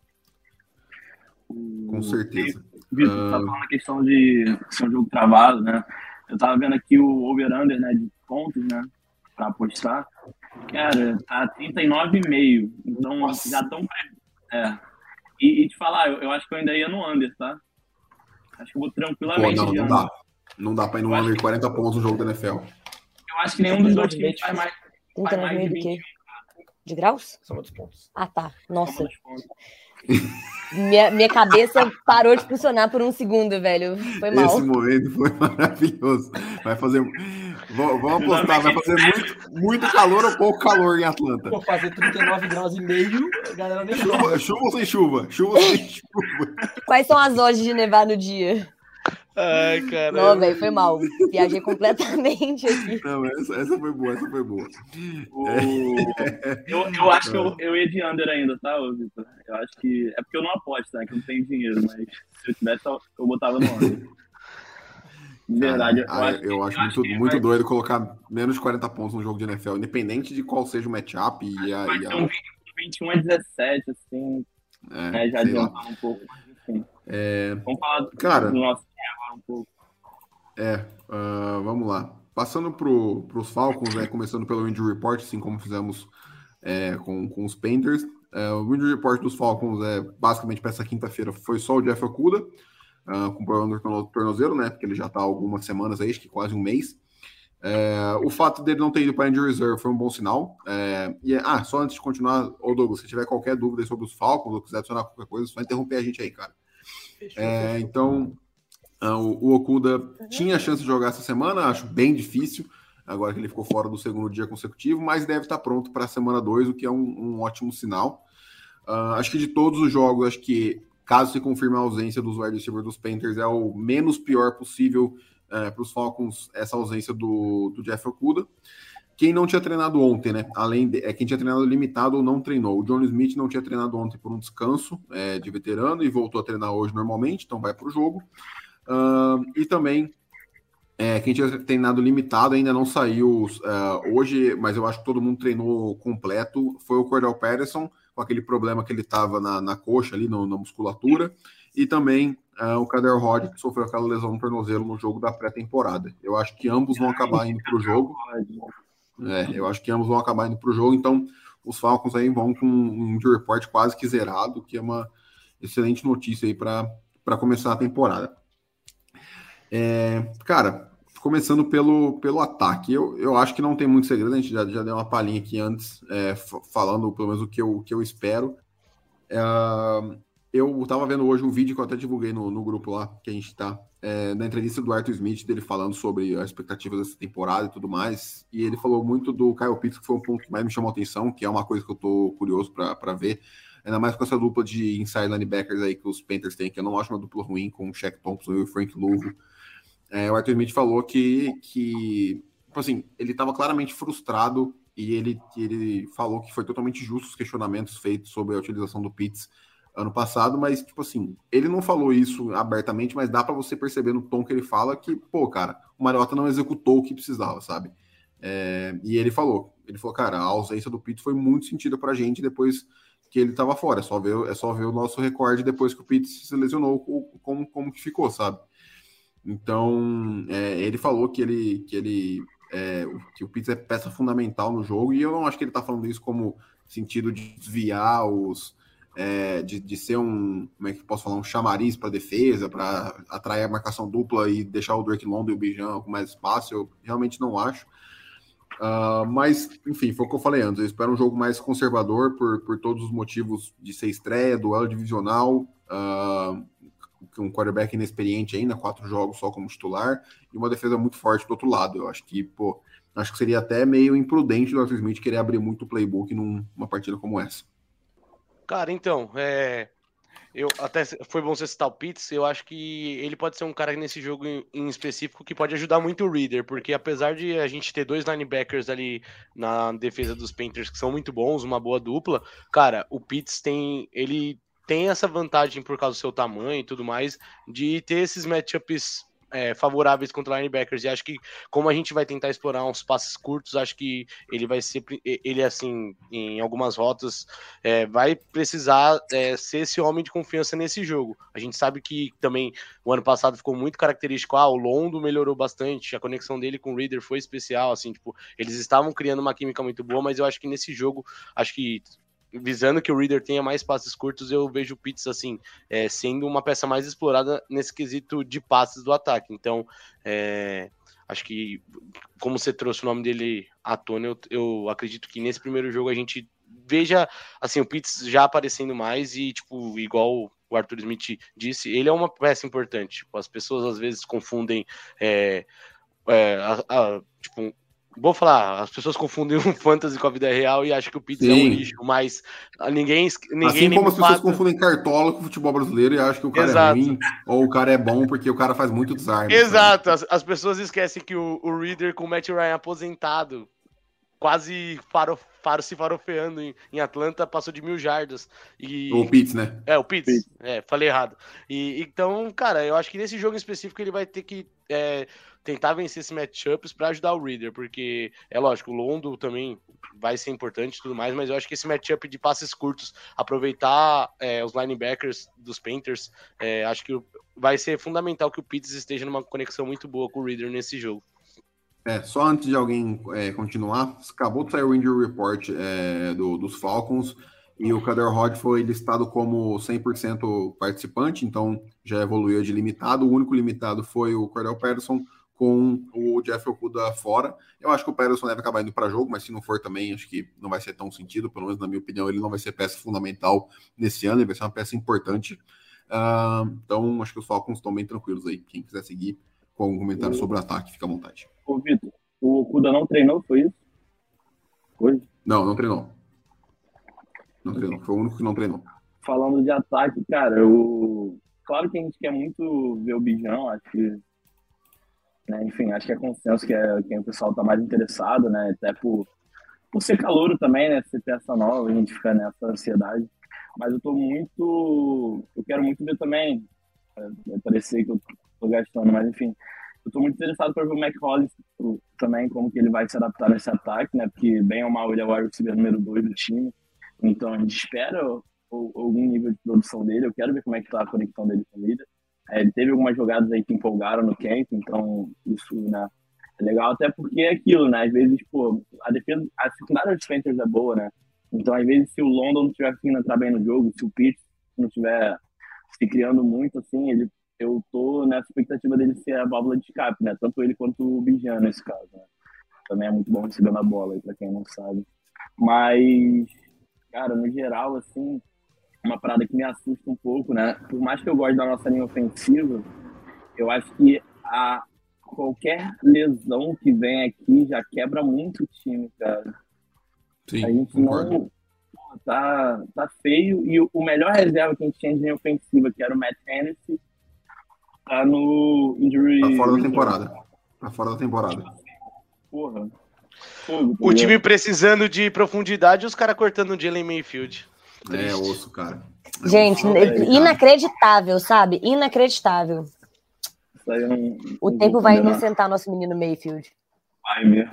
Com certeza. Vitor, uh... tá falando a questão de ser um jogo travado, né? Eu tava vendo aqui o over-under, né, de pontos, né, pra apostar. Cara, tá trinta e nove vírgula cinco. Então, Nossa. já estão... É. E, e te falar, eu, eu acho que eu ainda ia no under, tá? Acho que eu vou tranquilamente. Pô, não, não dá. Não dá pra ir no under de quarenta pontos no jogo da N F L. Eu acho que nenhum dos dois times faz mais, trinta e nove faz mais mil de do vinte. quê? De graus? São outros pontos. Ah, tá. Nossa. Minha, minha cabeça parou de funcionar por um segundo, velho. Foi mal. Esse momento foi maravilhoso. Vai fazer. Vamos apostar, vai fazer muito, muito calor ou pouco calor em Atlanta? Vou fazer trinta e nove graus e meio, a galera nem chuva, chuva ou sem chuva? Chuva ou sem chuva? Quais são as odds de nevar no dia? Ai, cara. Não, velho, foi mal. Viajei completamente aqui. Não, essa, essa foi boa, essa foi boa. O... É. Eu, eu acho que eu, eu ia de under ainda, tá, Vitor? Eu acho que. É porque eu não aposto, né? Que eu não tenho dinheiro, mas se eu tivesse, eu botava no under. De verdade. Ah, eu, acho, eu acho eu muito, acho muito vai... doido colocar menos de quarenta pontos no jogo de N F L, independente de qual seja o matchup. E a, vai e a... ter um vinte e um a dezessete, assim. É, né, já adiantar um pouco, mas enfim. É... Vamos falar do, Cara, do nosso time agora um pouco. É, uh, vamos lá. Passando para os Falcons, né, começando pelo Injury Report, assim como fizemos é, com, com os Panthers. É, o Injury Report dos Falcons, é, basicamente para essa quinta-feira, foi só o Jeff Okudah, uh, com problema no tornozelo, né, porque ele já está há algumas semanas aí, acho que quase um mês. É, o fato dele não ter ido para a Injury Reserve foi um bom sinal. É, e, ah, só antes de continuar, ô Douglas, se tiver qualquer dúvida sobre os Falcons ou quiser adicionar qualquer coisa, é só interromper a gente aí, cara. É, então... Uh, o Okudah tinha a chance de jogar essa semana, acho bem difícil, agora que ele ficou fora do segundo dia consecutivo, mas deve estar pronto para a semana dois, o que é um, um ótimo sinal. Uh, acho que de todos os jogos, acho que caso se confirme a ausência dos wide receivers dos Panthers, é o menos pior possível uh, para os Falcons, essa ausência do, do Jeff Okudah. Quem não tinha treinado ontem, né? Além de é, quem tinha treinado limitado ou não treinou. O John Smith não tinha treinado ontem por um descanso é, de veterano e voltou a treinar hoje normalmente, então vai para o jogo. Uh, e também é, quem tinha treinado limitado ainda não saiu uh, hoje, mas eu acho que todo mundo treinou completo, foi o Cordell Patterson, com aquele problema que ele estava na, na coxa ali, no, na musculatura, e também uh, o Kader Hodge, que sofreu aquela lesão no tornozelo no jogo da pré-temporada. Eu acho que ambos vão acabar indo para o jogo. É, eu acho que ambos vão acabar indo para o jogo, então os Falcons aí vão com um injury report quase que zerado, que é uma excelente notícia aí para começar a temporada. É, cara, começando pelo, pelo ataque, eu, eu acho que não tem muito segredo, a gente já, já deu uma palhinha aqui antes, é, falando pelo menos o que eu, o que eu espero. É, eu tava vendo hoje um vídeo que eu até divulguei no, no grupo lá, que a gente tá, é, na entrevista do Arthur Smith, dele falando sobre as expectativas dessa temporada e tudo mais, e ele falou muito do Kyle Pitts, que foi um ponto que mais me chamou a atenção, que é uma coisa que eu tô curioso para ver, ainda mais com essa dupla de inside linebackers aí que os Panthers têm, que eu não acho uma dupla ruim, com o Shaq Thompson e o Frank Louvo. É, o Arthur Smith falou que, que tipo assim, ele estava claramente frustrado e ele, ele falou que foi totalmente justo os questionamentos feitos sobre a utilização do Pitts ano passado, mas, tipo assim, ele não falou isso abertamente, mas dá para você perceber no tom que ele fala que, pô, cara, o Mariota não executou o que precisava, sabe? É, e ele falou, ele falou, cara, a ausência do Pitts foi muito sentida pra gente depois que ele estava fora, é só, ver, é só ver o nosso recorde depois que o Pitts se lesionou, como, como que ficou, sabe? Então, é, ele falou que ele, que ele é, que o Pitts é peça fundamental no jogo, e eu não acho que ele está falando isso como sentido de desviar os, é, de, de ser um, como é que posso falar, um chamariz para defesa, para atrair a marcação dupla e deixar o Drake London e o Bijan com mais espaço. Eu realmente não acho. Uh, mas, enfim, foi o que eu falei antes. Eu espero um jogo mais conservador por, por todos os motivos de ser estreia, duelo divisional, uh, um quarterback inexperiente ainda, quatro jogos só como titular, e uma defesa muito forte do outro lado. Eu acho que, pô, acho que seria até meio imprudente do Arthur Smith querer abrir muito o playbook numa partida como essa. Cara, então, é... eu até foi bom você citar o Pitts, eu acho que ele pode ser um cara nesse jogo em, em específico que pode ajudar muito o Reader, porque apesar de a gente ter dois linebackers ali na defesa dos Panthers que são muito bons, uma boa dupla, cara, o Pitts tem, ele tem essa vantagem por causa do seu tamanho e tudo mais, de ter esses matchups é, favoráveis contra linebackers, e acho que como a gente vai tentar explorar uns passes curtos, acho que ele vai ser, ele assim, em algumas rotas, é, vai precisar é, ser esse homem de confiança nesse jogo. A gente sabe que também o ano passado ficou muito característico, ah, o Londo melhorou bastante, a conexão dele com o Reader foi especial, assim, tipo, eles estavam criando uma química muito boa, mas eu acho que nesse jogo, acho que visando que o Reader tenha mais passes curtos, eu vejo o Pitts, assim, é, sendo uma peça mais explorada nesse quesito de passes do ataque. Então, é, acho que, como você trouxe o nome dele à tona, eu, eu acredito que nesse primeiro jogo a gente veja, assim, o Pitts já aparecendo mais e, tipo, igual o Arthur Smith disse, ele é uma peça importante. Tipo, as pessoas às vezes confundem, é, é, a, a, tipo, vou falar, as pessoas confundem o fantasy com a vida real e acham que o Pitts Sim. é um lixo, mas ninguém... ninguém assim como as pessoas confundem cartola com o futebol brasileiro e acham que o cara Exato. é ruim ou o cara é bom porque o cara faz muito desarme. Exato, as, as pessoas esquecem que o, o Reader com o Matt Ryan aposentado, quase faro, faro se farofeando em, em Atlanta, passou de mil jardas. E... O Pitts, né? É, o Pitts. Pitts. É, falei errado. E, então, cara, eu acho que nesse jogo em específico ele vai ter que é, tentar vencer esses matchups para ajudar o Reader, porque, é lógico, o Londo também vai ser importante e tudo mais, mas eu acho que esse matchup de passes curtos, aproveitar é, os linebackers dos Panthers, é, acho que vai ser fundamental que o Pitts esteja numa conexão muito boa com o Reader nesse jogo. É, só antes de alguém é, continuar, acabou de sair o injury report é, do, dos Falcons e o Kader Rod foi listado como cem por cento participante, então já evoluiu de limitado. O único limitado foi o Cordell Patterson com o Jeff Okudah fora. Eu acho que o Patterson deve acabar indo para jogo, mas se não for também, acho que não vai ser tão sentido, pelo menos na minha opinião, ele não vai ser peça fundamental nesse ano, ele vai ser uma peça importante. Uh, então, acho que os Falcons estão bem tranquilos aí. Quem quiser seguir com algum comentário sobre o ataque, fica à vontade. Ô, Vitor, o Okudah não treinou, foi isso? Foi? Não, não treinou. Não treinou, foi o único que não treinou. Falando de ataque, cara, eu... claro que a gente quer muito ver o Bijan, acho que, né, enfim, acho que é consenso que é quem o pessoal tá mais interessado, né, até por, por ser calouro também, né, ser peça nova, a gente fica nessa ansiedade, mas eu tô muito, eu quero muito ver também, vai parecer que eu tô gastando, mas enfim, eu tô muito interessado para ver o Mac Hollins também, como que ele vai se adaptar nesse ataque, né? Porque, bem ou mal, ele é o wide receiver número dois do time. Então, a gente espera o, o, algum nível de produção dele. Eu quero ver como é que tá a conexão dele com ele. É, ele teve algumas jogadas aí que empolgaram no camp, então isso, né, é legal. Até porque é aquilo, né? Às vezes, pô, a defesa, a secundária dos Panthers é boa, né? Então, às vezes, se o London não estiver conseguindo entrar bem no jogo, se o Pitts não estiver se criando muito, assim, ele eu tô nessa expectativa dele ser a válvula de escape, né? Tanto ele quanto o Bijan nesse caso, né? Também é muito bom recebendo a bola aí, pra quem não sabe. Mas, cara, no geral, assim, uma parada que me assusta um pouco, né? Por mais que eu goste da nossa linha ofensiva, eu acho que a qualquer lesão que vem aqui já quebra muito o time, cara. Sim, a gente concordo. não... Tá, tá feio. E o melhor reserva que a gente tinha de linha ofensiva, que era o Matt Hennessy, tá no injury... Tá fora da temporada. Tá fora da temporada. Porra. Fogo, o time precisando de profundidade e os caras cortando o Jalen Mayfield. É, osso, cara. É Gente, osso, é, inacreditável, sabe? Inacreditável. Isso aí eu não, o não tempo vai inocentar nosso menino Mayfield. Vai mesmo.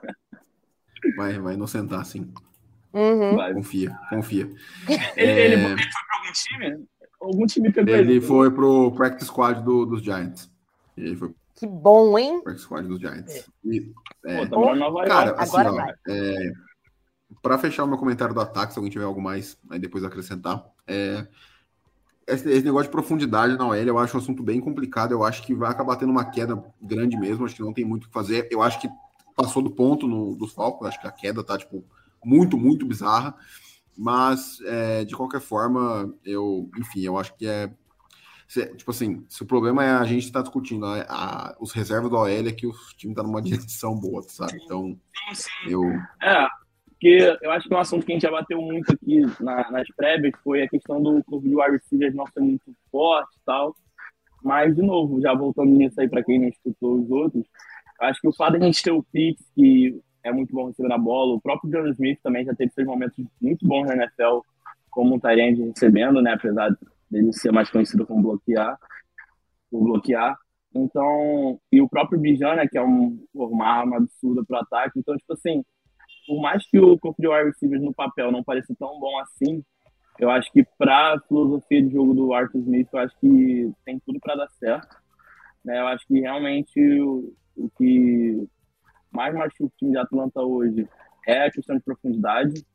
Vai, vai inocentar, sim. Uhum. Vai. Confia, confia. Ele, é... ele, ele foi pra algum time? Algum time pegou ele? Ele ele foi pro practice squad do, dos Giants. Ele foi que bom, hein? Practice squad dos Giants. E, é... Pô, tá Nova cara, York. assim, Agora ó, vai. É... para fechar o meu comentário do ataque, se alguém tiver algo mais, aí depois acrescentar, é... esse, esse negócio de profundidade na O L eu acho um assunto bem complicado. Eu acho que vai acabar tendo uma queda grande mesmo. Acho que não tem muito o que fazer. Eu acho que passou do ponto no, dos Falcons. Acho que a queda tá, tipo, muito, muito bizarra. Mas, é, de qualquer forma, eu, enfim, eu acho que é. Se, tipo assim, se o problema é a gente estar tá discutindo a, a, os reservas do O L, é que o time tá numa direção boa, sabe? Então, sim, sim. eu. É, porque eu acho que um assunto que a gente já bateu muito aqui na, nas prévias foi a questão do corpo de wide receivers não ser muito forte e tal. Mas, de novo, já voltando nisso aí para quem não escutou os outros, acho que o fato de a gente ter o Pitts, que é muito bom recebendo a bola, o próprio John Smith também já teve seus momentos muito bons na N F L, como um tight end recebendo, né? Apesar dele ser mais conhecido como bloquear, por bloquear. Então, e o próprio Bijan, né, que é um, uma arma absurda para o ataque. Então, tipo assim, por mais que o corpo de wide receivers no papel não pareça tão bom assim, eu acho que para a filosofia de jogo do Arthur Smith, eu acho que tem tudo para dar certo. Né? Eu acho que realmente o, o que mais machuca o time de Atlanta hoje é a questão de profundidade.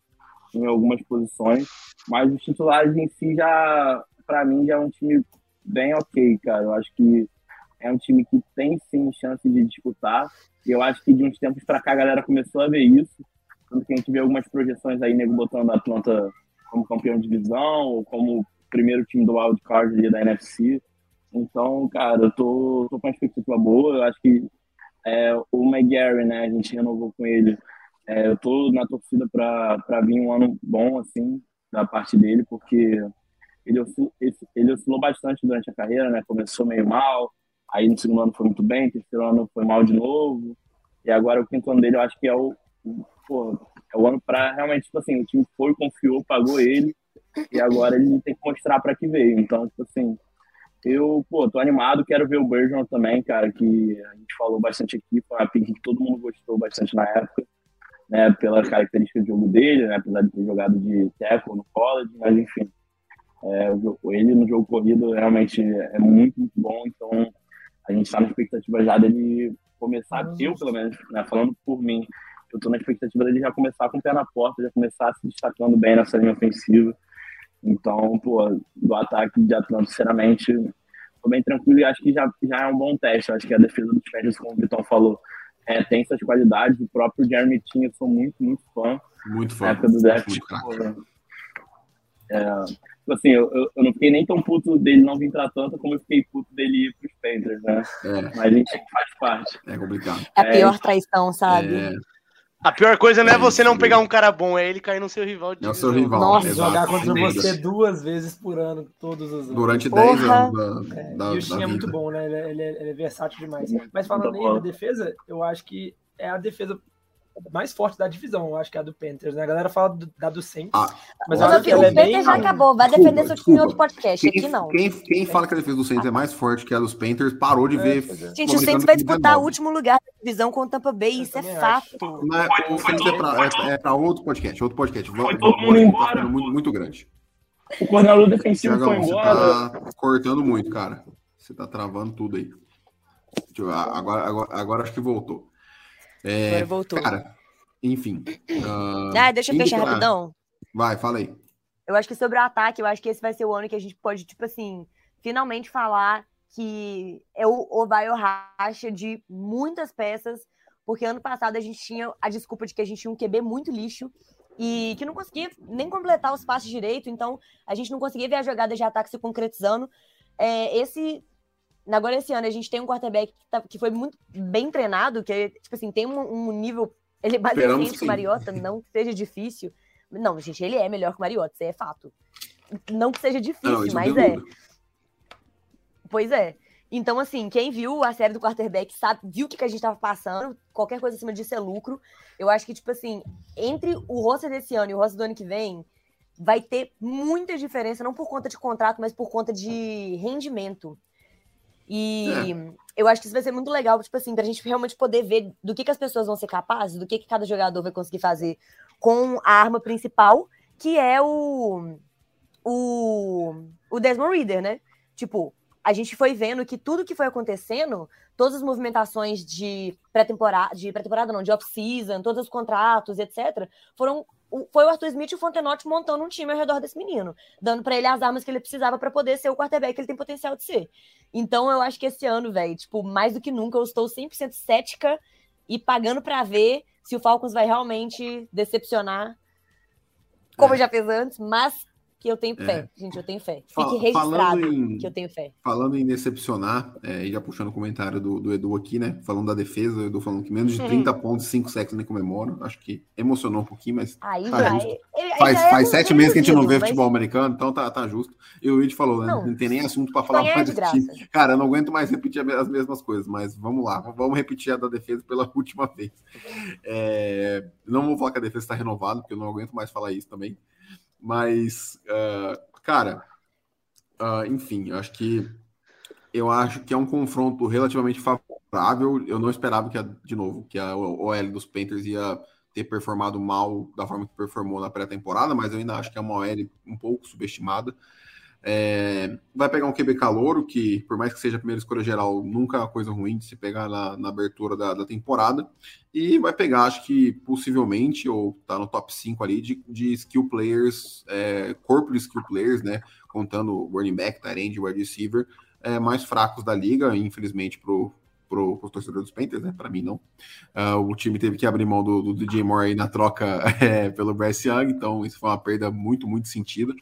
em algumas posições, mas os titulares em si já, para mim, já é um time bem ok, cara. Eu acho que é um time que tem sim chance de disputar, e eu acho que de uns tempos para cá a galera começou a ver isso, tanto que a gente vê algumas projeções aí, nego botando a Atlanta como campeão de divisão, ou como primeiro time do Wild Card ali da N F C. Então, cara, eu tô, tô com uma expectativa boa. Eu acho que é, o McGarry, né, a gente renovou com ele. É, eu tô na torcida para vir um ano bom, assim, da parte dele, porque ele oscilou, ele oscilou bastante durante a carreira, né? Começou meio mal, aí no segundo ano foi muito bem, no terceiro ano foi mal de novo, e agora o quinto ano dele eu acho que é o, pô, é o ano para realmente, tipo assim, o time foi, confiou, pagou ele, e agora ele tem que mostrar para que veio. Então, tipo assim, eu, pô, tô animado, quero ver o Bergeron também, cara, que a gente falou bastante aqui, foi uma pick que todo mundo gostou bastante na época, né, pela característica de jogo dele, né, apesar de ter jogado de tackle no college, mas enfim, é, ele no jogo corrido realmente é muito, muito bom, então a gente está na expectativa já dele começar, eu pelo menos, né, falando por mim, eu tô na expectativa dele já começar com o pé na porta, já começar se destacando bem nessa linha ofensiva. Então, pô, do ataque de Atlanta, sinceramente, tô bem tranquilo e acho que já, já é um bom teste. Acho que a defesa dos Panthers, como o Vitão falou, é, tem essas qualidades. O próprio Jeremy Chin, eu sou muito, muito fã. Muito fã. Na época do draft, é, assim, eu, eu, eu não fiquei nem tão puto dele não vir pra Atlanta como eu fiquei puto dele ir pros Panthers, né? É. Mas a gente faz parte. É complicado. É a pior traição, sabe? É. A pior coisa não é, É você isso, não pegar mesmo. um cara bom, é ele cair no seu rival de É o seu divisão. rival. Nossa, exato, Jogar contra sem você dúvida. duas vezes por ano, todos os anos. Durante dez Porra. anos da, É, da, e o da Chin é muito vida. bom, né? Ele é, ele é- ele é versátil demais. Muito Mas falando aí bom. da defesa, eu acho que é a defesa mais forte da divisão. Eu acho que é a do Panthers, né? A galera fala do- da do Saints, Ah, mas eu Mas, acho que meu ela filho, é o Peter bem... já acabou. Vai Desculpa, defender seu time em desculpa. outro podcast. Quem, Aqui não. quem, quem fala que a defesa do Saints é mais forte que a dos Panthers parou de É, ver. pois é. Gente, o Saints vai disputar o último lugar da divisão com o Tampa Bay. Eu Isso é também fato. Não é, o Saints é pra, é, é pra outro podcast. Outro podcast. Foi todo mundo Tá embora. ficando muito, muito grande. O coordenador defensivo Tiagão, foi você embora. tá cortando muito, cara. Você tá travando tudo aí. Deixa eu- agora, agora, agora acho que voltou. É, Agora voltou. Cara, enfim. ah, Ah, deixa eu indo fechar pra- rapidão. Vai, fala aí. Eu acho que sobre o ataque, eu acho que esse vai ser o ano que a gente pode, tipo assim, finalmente falar que é o, o vai ou racha de muitas peças, porque ano passado a gente tinha a desculpa de que a gente tinha um Q B muito lixo e que não conseguia nem completar os passes direito, então a gente não conseguia ver a jogada de ataque se concretizando. É, esse, agora esse ano a gente tem um quarterback que, tá- que foi muito bem treinado, que tipo assim, tem um, um nível, ele é mais Esperamos recente que que o sim. Mariota, não que seja difícil. Não, gente, ele é melhor que o Mariota, isso aí é fato. Não que seja difícil, Não, isso não mas tem é. dúvida. Pois é. Então, assim, quem viu a série do quarterback sabe, viu o que, que a gente tava passando, qualquer coisa acima disso é lucro. Eu acho que, tipo assim, entre o roster desse ano e o roster do ano que vem, vai ter muita diferença, não por conta de contrato, mas por conta de rendimento. E eu acho que isso vai ser muito legal, tipo assim, pra gente realmente poder ver do que, que as pessoas vão ser capazes, do que, que cada jogador vai conseguir fazer com a arma principal, que é o, o, o Desmond Ridder, né? Tipo, a gente foi vendo que tudo que foi acontecendo, todas as movimentações de pré-temporada, de pré-temporada não, de off-season, todos os contratos, etcétera, foram foi o Arthur Smith e o Fontenot montando um time ao redor desse menino, dando pra ele as armas que ele precisava pra poder ser o quarterback que ele tem potencial de ser. Então eu acho que esse ano, velho, tipo, mais do que nunca, eu estou cem por cento cética e pagando pra ver se o Falcons vai realmente decepcionar, como É. eu já fiz antes, mas que eu tenho fé. É. Gente, eu tenho fé. Fique Fal- registrado falando em- que eu tenho fé. Falando em decepcionar, é, e já puxando o comentário do, do Edu aqui, né? Falando da defesa, o Edu falando que menos de trinta pontos, cinco sacks nem comemoram. Acho que emocionou um pouquinho, mas Aí tá já justo. é- ele- Faz, já é faz um sete meses que a gente não vê reduzido, futebol mas- americano, então tá, tá justo. E o Luiz falou, né? Não, Não, tem nem assunto pra falar ganhar mais de desse time. graça. Cara, eu não aguento mais repetir as mesmas coisas, mas vamos lá, vamos repetir a da defesa pela última vez. É, não vou falar que a defesa está renovada, porque eu não aguento mais falar isso também. Mas, ah, cara, ah, enfim, eu acho que eu acho que é um confronto relativamente favorável. Eu não esperava que, a, de novo, que a O L dos Panthers ia ter performado mal da forma que performou na pré-temporada, mas eu ainda acho que é uma O L um pouco subestimada. É, vai pegar um Q B calouro, que por mais que seja a primeira escolha geral, nunca é uma coisa ruim de se pegar na, na abertura da, da temporada. E vai pegar, acho que possivelmente, ou tá no top cinco ali, de, de skill players, é, corpo de skill players, né? Contando running back, tight end, wide receiver, é, mais fracos da liga, infelizmente, pro Pro, pro torcedor dos Panthers, né? Para mim, não. Uh, o time teve que abrir mão do, do D J Moore aí na troca é, pelo Bryce Young, então isso foi uma perda muito, muito sentida.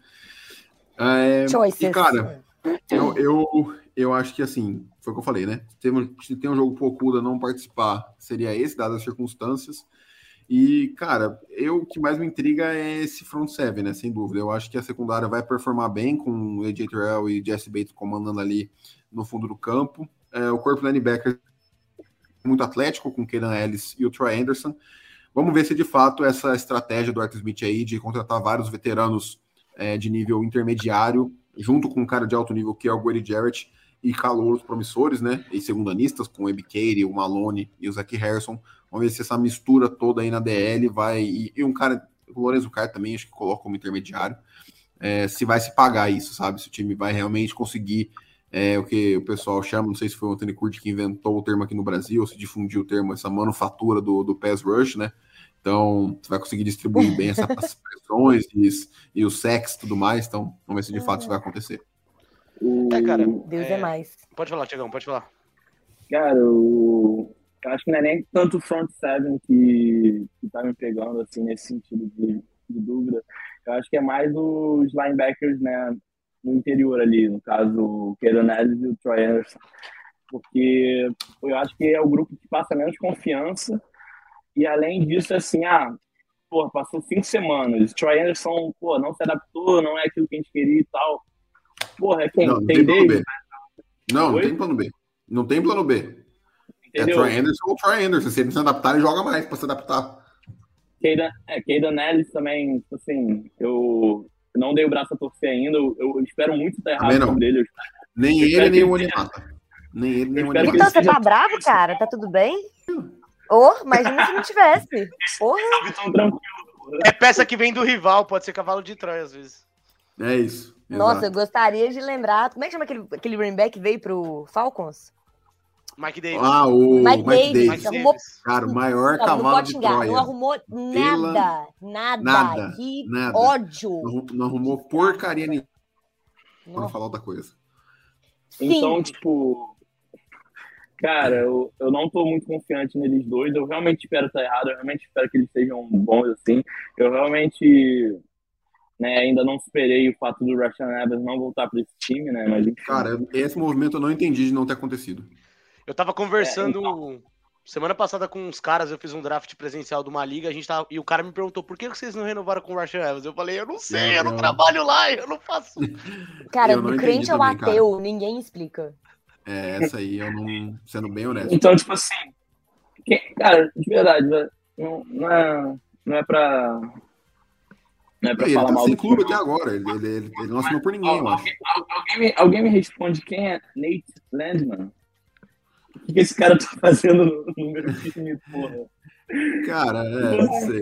É, e, cara, eu, eu, eu acho que, assim, foi o que eu falei, né? Se tem, se tem um jogo pro Okuda não participar, seria esse, dadas as circunstâncias. E, cara, eu, o que mais me intriga é esse front seven, né? Sem dúvida. Eu acho que a secundária vai performar bem com o A J Terrell e Jesse Bates comandando ali no fundo do campo. É, o corpo linebacker muito atlético, com o Keenan Ellis e o Troy Anderson. Vamos ver se de fato essa estratégia do Arthur Smith aí de contratar vários veteranos é, de nível intermediário, junto com um cara de alto nível que é o Grady Jarrett, e calouros promissores, né? E segundanistas, com o Ebi Katie, o Malone e o Zach Harrison. Vamos ver se essa mistura toda aí na D L vai. E, e um cara, o Lorenzo Carr também, acho que coloca como intermediário. É, se vai se pagar isso, sabe? Se o time vai realmente conseguir. É o que o pessoal chama, não sei se foi o Anthony Curti que inventou o termo aqui no Brasil, ou se difundiu o termo, essa manufatura do, do pass rush, né? Então, você vai conseguir distribuir bem essa, essas pressões e, e os sacks e tudo mais, então vamos ver se de fato isso vai acontecer. É, cara, Deus é, é mais. Pode falar, Tiagão, pode falar. Cara, o... eu acho que não é nem tanto o front seven que, que tá me pegando, assim, nesse sentido de, de dúvida. Eu acho que é mais os linebackers, né, no interior ali, no caso, o Keenan Ellis e o Troy Anderson, porque eu acho que é o grupo que passa menos confiança, e além disso, assim, ah, pô, passou cinco semanas, o Troy Anderson, pô, não se adaptou, não é aquilo que a gente queria e tal. Porra, é quem? Não, não tem, tem plano B. Não, não tem plano B. Não tem plano B. Entendeu? É Troy Anderson ou Troy Anderson, se ele não se adaptar, ele joga mais pra se adaptar. Keenan é, Ellis também, tipo assim, eu não dei o braço a torcer ainda, eu, eu espero muito estar errado sobre ele. Eu espero, nem eu ele, nem o Animata. Nem ele, nem o Animata. Então você tá bravo, cara? Tá tudo bem? Ô, oh, imagina se não tivesse. Porra. É peça que vem do rival, pode ser cavalo de Troia às vezes. É isso. Nossa, exato. Eu gostaria de lembrar. Como é que chama aquele, aquele running back que veio pro Falcons? Mike Davis. Ah, o Mike, Mike Davis. Davis. Mike arrumou... Cara, o maior não, cavalo não de xingar, Troia. Não arrumou nada, Pela... nada. Nada. Que nada. ódio. Não, não arrumou porcaria nenhuma. Pra falar outra coisa. Sim. Então, tipo... Cara, eu, eu não tô muito confiante neles dois. Eu realmente espero estar errado. Eu realmente espero que eles sejam bons, assim. Eu realmente... Né, ainda não superei o fato do Rashaan Evans não voltar para esse time, né? Mas, enfim. Cara, esse movimento eu não entendi de não ter acontecido. Eu tava conversando é, então... semana passada com uns caras, eu fiz um draft presencial de uma liga, a gente tava, e o cara me perguntou por que vocês não renovaram com o Rashaan Evans? Eu falei, eu não sei, não, eu não, não trabalho lá, eu não faço. Cara, do crente ao ateu, cara. Ninguém explica. É, essa aí eu não, sendo bem honesto. Então, tipo assim, que, cara, de verdade, não, não é, não é pra... Não é pra ele falar tá mal sem do clube time, até agora, ele, ele, ele, ele não assinou por ninguém, eu acho. Alguém, alguém, me, alguém me responde quem é Nate Landman? O que, que esse cara tá fazendo no, no meu time, porra? Cara, é, não sei.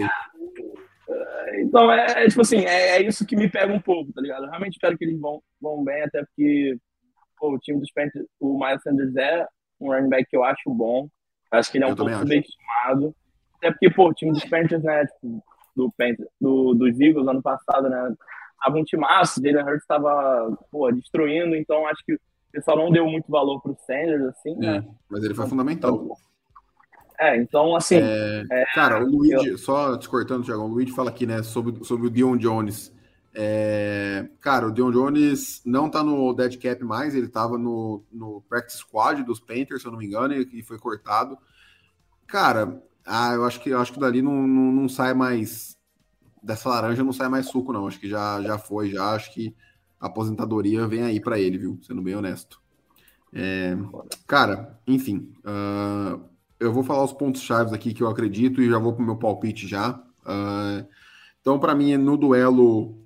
Então, é, é tipo assim, é, é isso que me pega um pouco, tá ligado? Eu realmente espero que eles vão, vão bem, até porque pô, o time dos Panthers, o Miles Sanders é um running back que eu acho bom. Acho que ele é um eu pouco subestimado. Até porque, pô, o time dos Panthers, né, tipo, do, do, dos Eagles ano passado, né? Tava um timaço, Jalen Hurts estava destruindo, então acho que o pessoal não deu muito valor pro Sanders, assim, é, né? Mas ele foi fundamental. Então, é, então, assim... É, é, cara, o Luigi, eu... só te cortando, Thiago, o Luigi fala aqui, né, sobre, sobre o Dion Jones. É, cara, o Dion Jones não tá no dead cap mais, ele tava no, no practice squad dos Panthers, se eu não me engano, e, e foi cortado. Cara... Ah, eu acho que eu acho que dali não, não, não sai mais dessa laranja, não sai mais suco, não. Acho que já, já foi, já. Acho que a aposentadoria vem aí para ele, viu? Sendo bem honesto. É, cara, enfim. Uh, eu vou falar os pontos chaves aqui que eu acredito e já vou pro meu palpite já. Uh, então, para mim, no duelo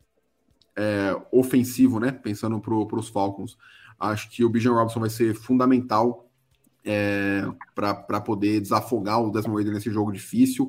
é, ofensivo, né? Pensando pro, pros Falcons, acho que o Bijan Robinson vai ser fundamental. É, para poder desafogar o Desmond Ridder nesse jogo difícil.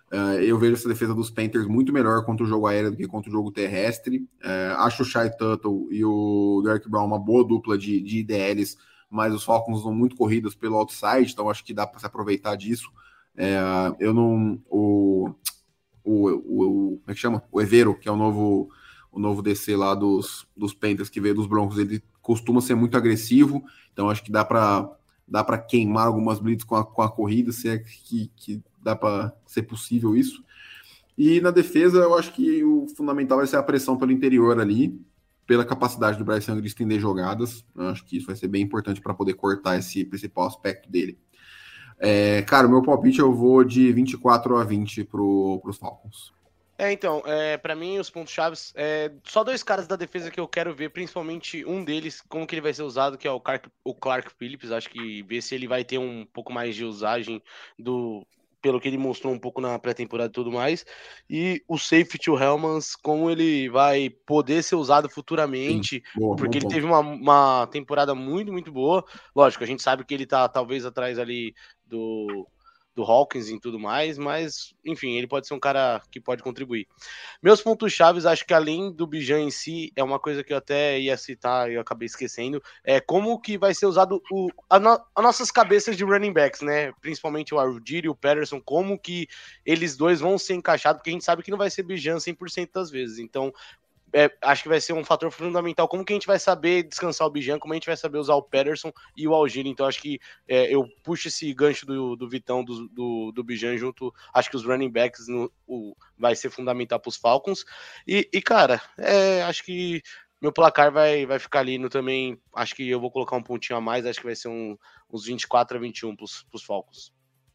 Uh, eu vejo essa defesa dos Panthers muito melhor contra o jogo aéreo do que contra o jogo terrestre. Uh, acho o Shai Tuttle e o Derrick Brown uma boa dupla de, de I D Ls, mas os Falcons usam muito corridas pelo outside, então acho que dá para se aproveitar disso. Uh, eu não... O, o, o, o, como é que chama? O Evero, que é o novo, o novo D C lá dos, dos Panthers, que veio dos Broncos, ele costuma ser muito agressivo, então acho que dá para dá para queimar algumas blitz com a, com a corrida, se é que, que dá para ser possível isso. E na defesa, eu acho que o fundamental vai ser a pressão pelo interior ali, pela capacidade do Bryce Young de estender jogadas. Eu acho que isso vai ser bem importante para poder cortar esse principal aspecto dele. É, cara, o meu palpite eu vou de vinte e quatro a vinte para os Falcons. É, então, é, para mim, os pontos chaves, é, só dois caras da defesa que eu quero ver, principalmente um deles, como que ele vai ser usado, que é o Clark, o Clark Phillips. Acho que ver se ele vai ter um pouco mais de usagem do... pelo que ele mostrou um pouco na pré-temporada e tudo mais, e o safety, o Hellmans, como ele vai poder ser usado futuramente, boa, porque ele ponto. teve uma, uma temporada muito, muito boa. Lógico, a gente sabe que ele tá talvez atrás ali do, do Hawkins e tudo mais, mas, enfim, ele pode ser um cara que pode contribuir. Meus pontos chaves, acho que além do Bijan em si, é uma coisa que eu até ia citar e eu acabei esquecendo, é como que vai ser usado o, a, no, as nossas cabeças de running backs, né? Principalmente o Arudiri e o Patterson, como que eles dois vão ser encaixados, porque a gente sabe que não vai ser Bijan cem por cento das vezes, então... É, acho que vai ser um fator fundamental. Como que a gente vai saber descansar o Bijan, como a gente vai saber usar o Patterson e o Algieri. Então acho que é, eu puxo esse gancho do, do Vitão, do, do, do Bijan junto. Acho que os running backs no, o, vai ser fundamental para os Falcons. E, e cara, é, acho que meu placar vai, vai ficar ali no também. Acho que eu vou colocar um pontinho a mais. Acho que vai ser um, uns vinte e quatro a vinte e um para os Falcons.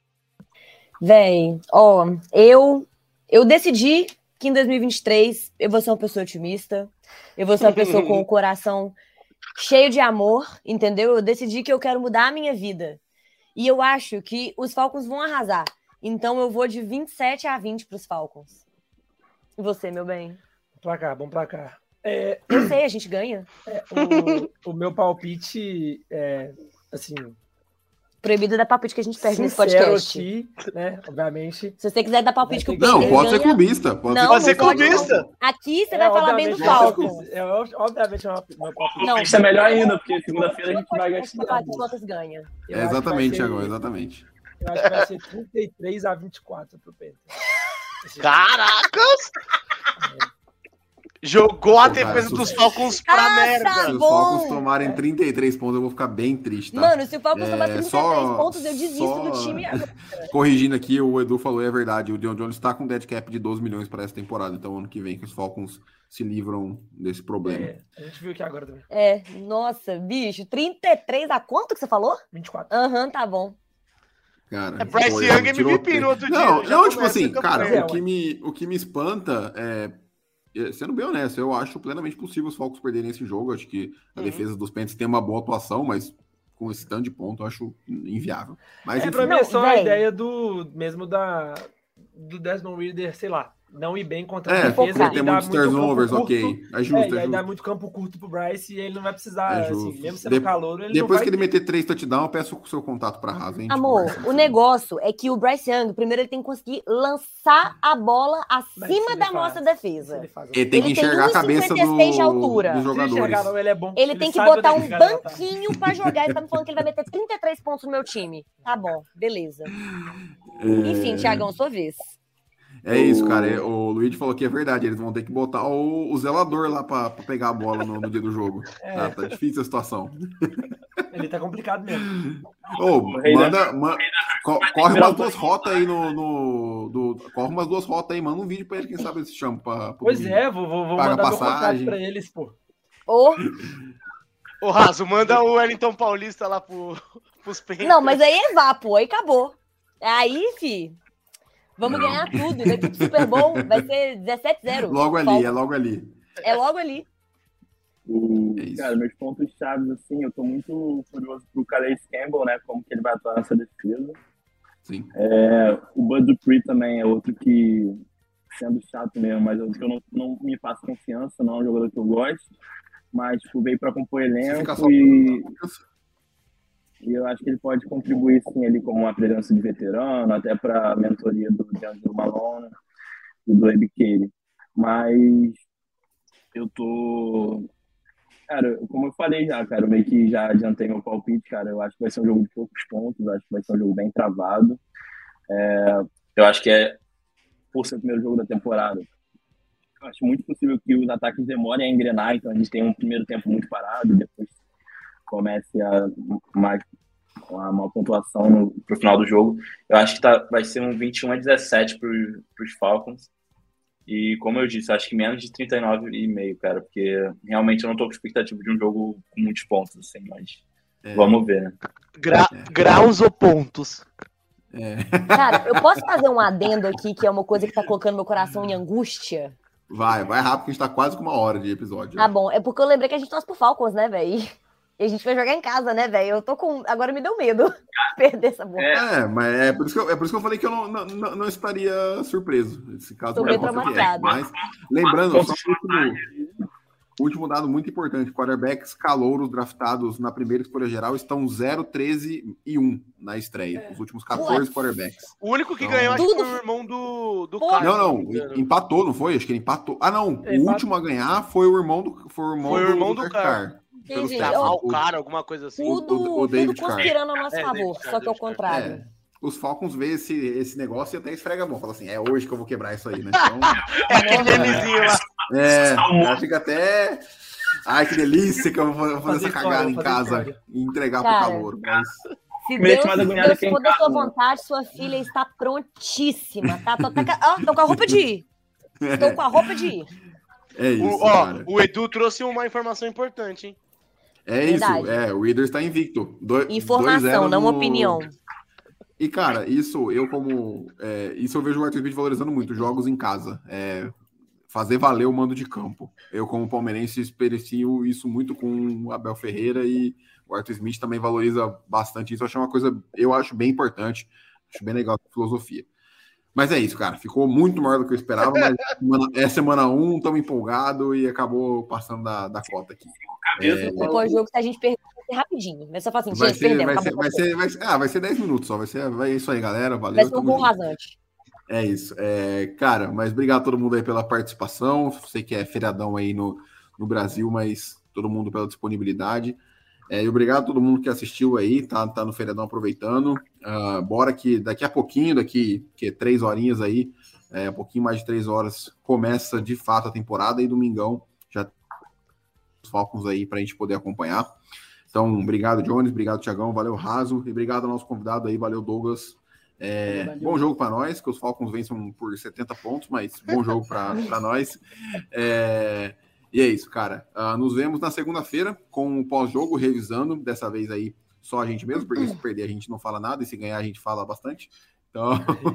Véi, ó, eu, eu decidi que em dois mil e vinte e três eu vou ser uma pessoa otimista, eu vou ser uma pessoa com o coração cheio de amor, entendeu? Eu decidi que eu quero mudar a minha vida. E eu acho que os Falcons vão arrasar. Então eu vou de vinte e sete a vinte para os Falcons. E você, meu bem? Bom placar, bom placar. É, eu sei, a gente ganha. É, o, o meu palpite é, assim... Proibido dar palpite que a gente perde nesse podcast. Aqui, né? Obviamente. Se você quiser dar palpite que o Não, pode ser clubista. Pode não, pode ser clubista. Aqui você é, vai falar bem do Falcons. É, obviamente é uma, uma palpite. Não, isso é melhor ainda, porque segunda-feira a gente vai gastar. O Falcons ganha. É exatamente, Thiago, exatamente. Eu acho que vai ser trinta e três a vinte e quatro pro Pedro. Caracas! É. Jogou a defesa dos Falcons pra ah, merda. Tá se os bom. Falcons tomarem trinta e três pontos, eu vou ficar bem triste, tá? Mano, se o Falcons é, tomar trinta e três só, pontos, eu desisto só... do time agora. Corrigindo aqui, o Edu falou, é verdade, o Deion Jones tá com dead cap de doze milhões para essa temporada, então ano que vem que os Falcons se livram desse problema. É, a gente viu aqui agora também. É, nossa, bicho, trinta e três a quanto que você falou? vinte e quatro. Aham, uhum, tá bom. Cara, é Bryce foi, Young M V P no outro não, dia. Não, tipo assim, cara, é, o que, me, o que me espanta é... Sendo bem honesto, eu acho plenamente possível os Falcons perderem esse jogo. Acho que a uhum. defesa dos Panthers tem uma boa atuação, mas com esse tanto de ponto eu acho inviável. Mas, é, enfim. pra mim é só a ideia do mesmo da do Desmond Ridder, sei lá, não ir bem contra é, a defesa. Tem muitos turnovers, ok. É justo, é, é e aí justo. dá muito campo curto pro Bryce e ele não vai precisar, é assim, mesmo sendo de calor, ele Depois não vai que ele ter. meter três touchdowns, eu peço o seu contato pra Haas, hein? Amor, o negócio é que o Bryce Young, primeiro ele tem que conseguir lançar a bola acima da faz, nossa defesa. Ele, faz, ele tem que ele enxergar tem a cabeça do, de altura. dos jogadores. Enxergar, não, ele é bom. Ele, ele tem que botar um banquinho pra jogar. Ele tá me falando que ele vai meter trinta e três pontos no meu time. Tá bom, beleza. É... Enfim, Thiagão, sua vez. É isso, cara. O Luigi falou que é verdade. Eles vão ter que botar o, o zelador lá pra, pra pegar a bola no, no dia do jogo. É. Tá, tá difícil a situação. Ele tá complicado mesmo. Ô, manda, manda co corre umas duas rotas aí no. no do, corre umas duas rotas aí, manda um vídeo pra ele, quem sabe eles chamam pra. Pois vídeo. é, vou, vou, vou mandar meu contato pra eles, pô. Ô, Ô Raso, manda o Wellington Paulista lá pro, pros Panthers. Não, mas aí é vapo, aí acabou. Aí, fi. Vamos não. ganhar tudo, vai tudo Super Bowl, vai ser dezessete a zero. Logo ali, Falcons. é logo ali. É logo ali. O, é cara, meus pontos chaves, assim, eu tô muito curioso pro Calais Campbell, né, como que ele vai atuar nessa defesa. Sim. É, o Bud Dupree também é outro que, sendo chato mesmo, mas eu, eu não, não me faço confiança, não é um jogador que eu gosto, mas tipo, veio pra compor elenco e... E eu acho que ele pode contribuir, sim, ali como uma presença de veterano, até para a mentoria do D'Angelo Malone e do Ebi Kelly. Mas eu tô... Cara, como eu falei já, cara, eu meio que já adiantei meu palpite, cara. Eu acho que vai ser um jogo de poucos pontos, acho que vai ser um jogo bem travado. É, eu acho que é, por ser o primeiro jogo da temporada, eu acho muito possível que os ataques demorem a engrenar, então a gente tem um primeiro tempo muito parado, depois comece a mais uma, uma pontuação no, pro final do jogo. Eu acho que tá, vai ser um vinte e um a dezessete pro, pros Falcons. E como eu disse, acho que menos de trinta e nove e meio, cara, porque realmente eu não tô com expectativa de um jogo com muitos pontos, assim, mas é. Vamos ver, né? Gra é. Graus ou pontos? É. Cara, eu posso fazer um adendo aqui, que é uma coisa que tá colocando meu coração em angústia? Vai, vai rápido, que a gente tá quase com uma hora de episódio. Tá bom, é porque eu lembrei que a gente torce pro Falcons, né, velho? E a gente vai jogar em casa, né, velho? Eu tô com... Agora me deu medo perder essa bola. É, mas é por, isso que eu, é por isso que eu falei que eu não, não, não, não estaria surpreso. Nesse caso, tô bem traumatizado. Mas, lembrando, só o último, último dado muito importante. Quarterbacks calouros draftados na primeira escolha geral estão zero, treze e um na estreia. Os últimos quatorze quarterbacks. O único que então, ganhou, acho que foi o irmão do, do cara. Não, não, empatou, não foi? Acho que ele empatou. Ah, não, é, o último a ganhar foi o irmão do foi o irmão foi do, o irmão do, do Carr. cara. Entendi. Travar o cara, alguma coisa assim. Tudo, o, o tudo conspirando ao nosso é, favor, David só Carr, que ao contrário. É, os Falcons vê esse, esse negócio e até esfrega a mão. Fala assim, é hoje que eu vou quebrar isso aí, né? Então, é aquele memezinho lá. É, fica até... Ai, que delícia que eu vou fazer, fazer essa cagada em casa história. e entregar Cara, pro calor. Mas... Se Deus, se Deus for da sua vontade, sua filha está prontíssima, tá? Tô, até... oh, tô com a roupa de ir. Tô com a roupa de ir. É isso, o, ó, cara. O Edu trouxe uma informação importante, hein? É Verdade. isso, é, o Raiders está invicto. Do, Informação, não no... opinião. E, cara, isso eu como... É, isso eu vejo o Arthur Smith valorizando muito, jogos em casa. É, fazer valer o mando de campo. Eu, como palmeirense, experiencio isso muito com o Abel Ferreira e o Arthur Smith também valoriza bastante isso. Eu acho uma coisa, eu acho bem importante, acho bem legal a filosofia. Mas é isso, cara. Ficou muito maior do que eu esperava, mas semana, é semana um, estamos empolgados e acabou passando da, da cota aqui. É, depois do jogo, se a gente perder, vai ser rapidinho. Vai só falar assim, vai gente, ser, perdemos. Vai ser, vai, ser, vai, ser, ah, vai ser dez minutos só. Vai ser vai, é isso aí, galera. Valeu. Vai ser um gol rasante. É isso. É, cara, mas obrigado a todo mundo aí pela participação. Sei que é feriadão aí no, no Brasil, mas todo mundo pela disponibilidade. É, e obrigado a todo mundo que assistiu aí, tá, tá no feriadão aproveitando. Uh, bora que daqui a pouquinho, daqui que três horinhas aí, é, um pouquinho mais de três horas, começa de fato a temporada e domingão já os Falcons aí pra gente poder acompanhar. Então, obrigado, Jones, obrigado, Thiagão, valeu, Raso, e obrigado ao nosso convidado aí, valeu, Douglas. É, valeu. Bom jogo para nós, que os Falcons vençam por setenta pontos, mas bom jogo para nós. É, e é isso, cara. Uh, nos vemos na segunda-feira com o pós-jogo, revisando, dessa vez aí só a gente mesmo, porque se perder a gente não fala nada, e se ganhar a gente fala bastante. Então,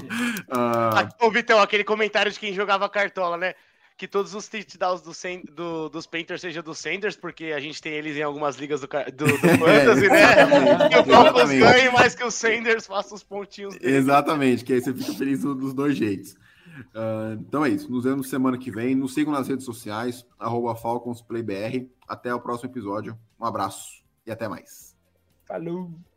uh... Ô, Vitão, aquele comentário de quem jogava cartola, né? Que todos os touchdowns do, do, dos Panthers sejam do Sanders, porque a gente tem eles em algumas ligas do, do, do Fantasy, é, né? Que o Falcons ganhe, mas que o Sanders faça os pontinhos dele. Exatamente, que aí você fica feliz dos dois jeitos. Uh, então é isso, nos vemos semana que vem. Nos sigam nas redes sociais, arroba FalconsPlayBR. Até o próximo episódio. Um abraço e até mais. Falou!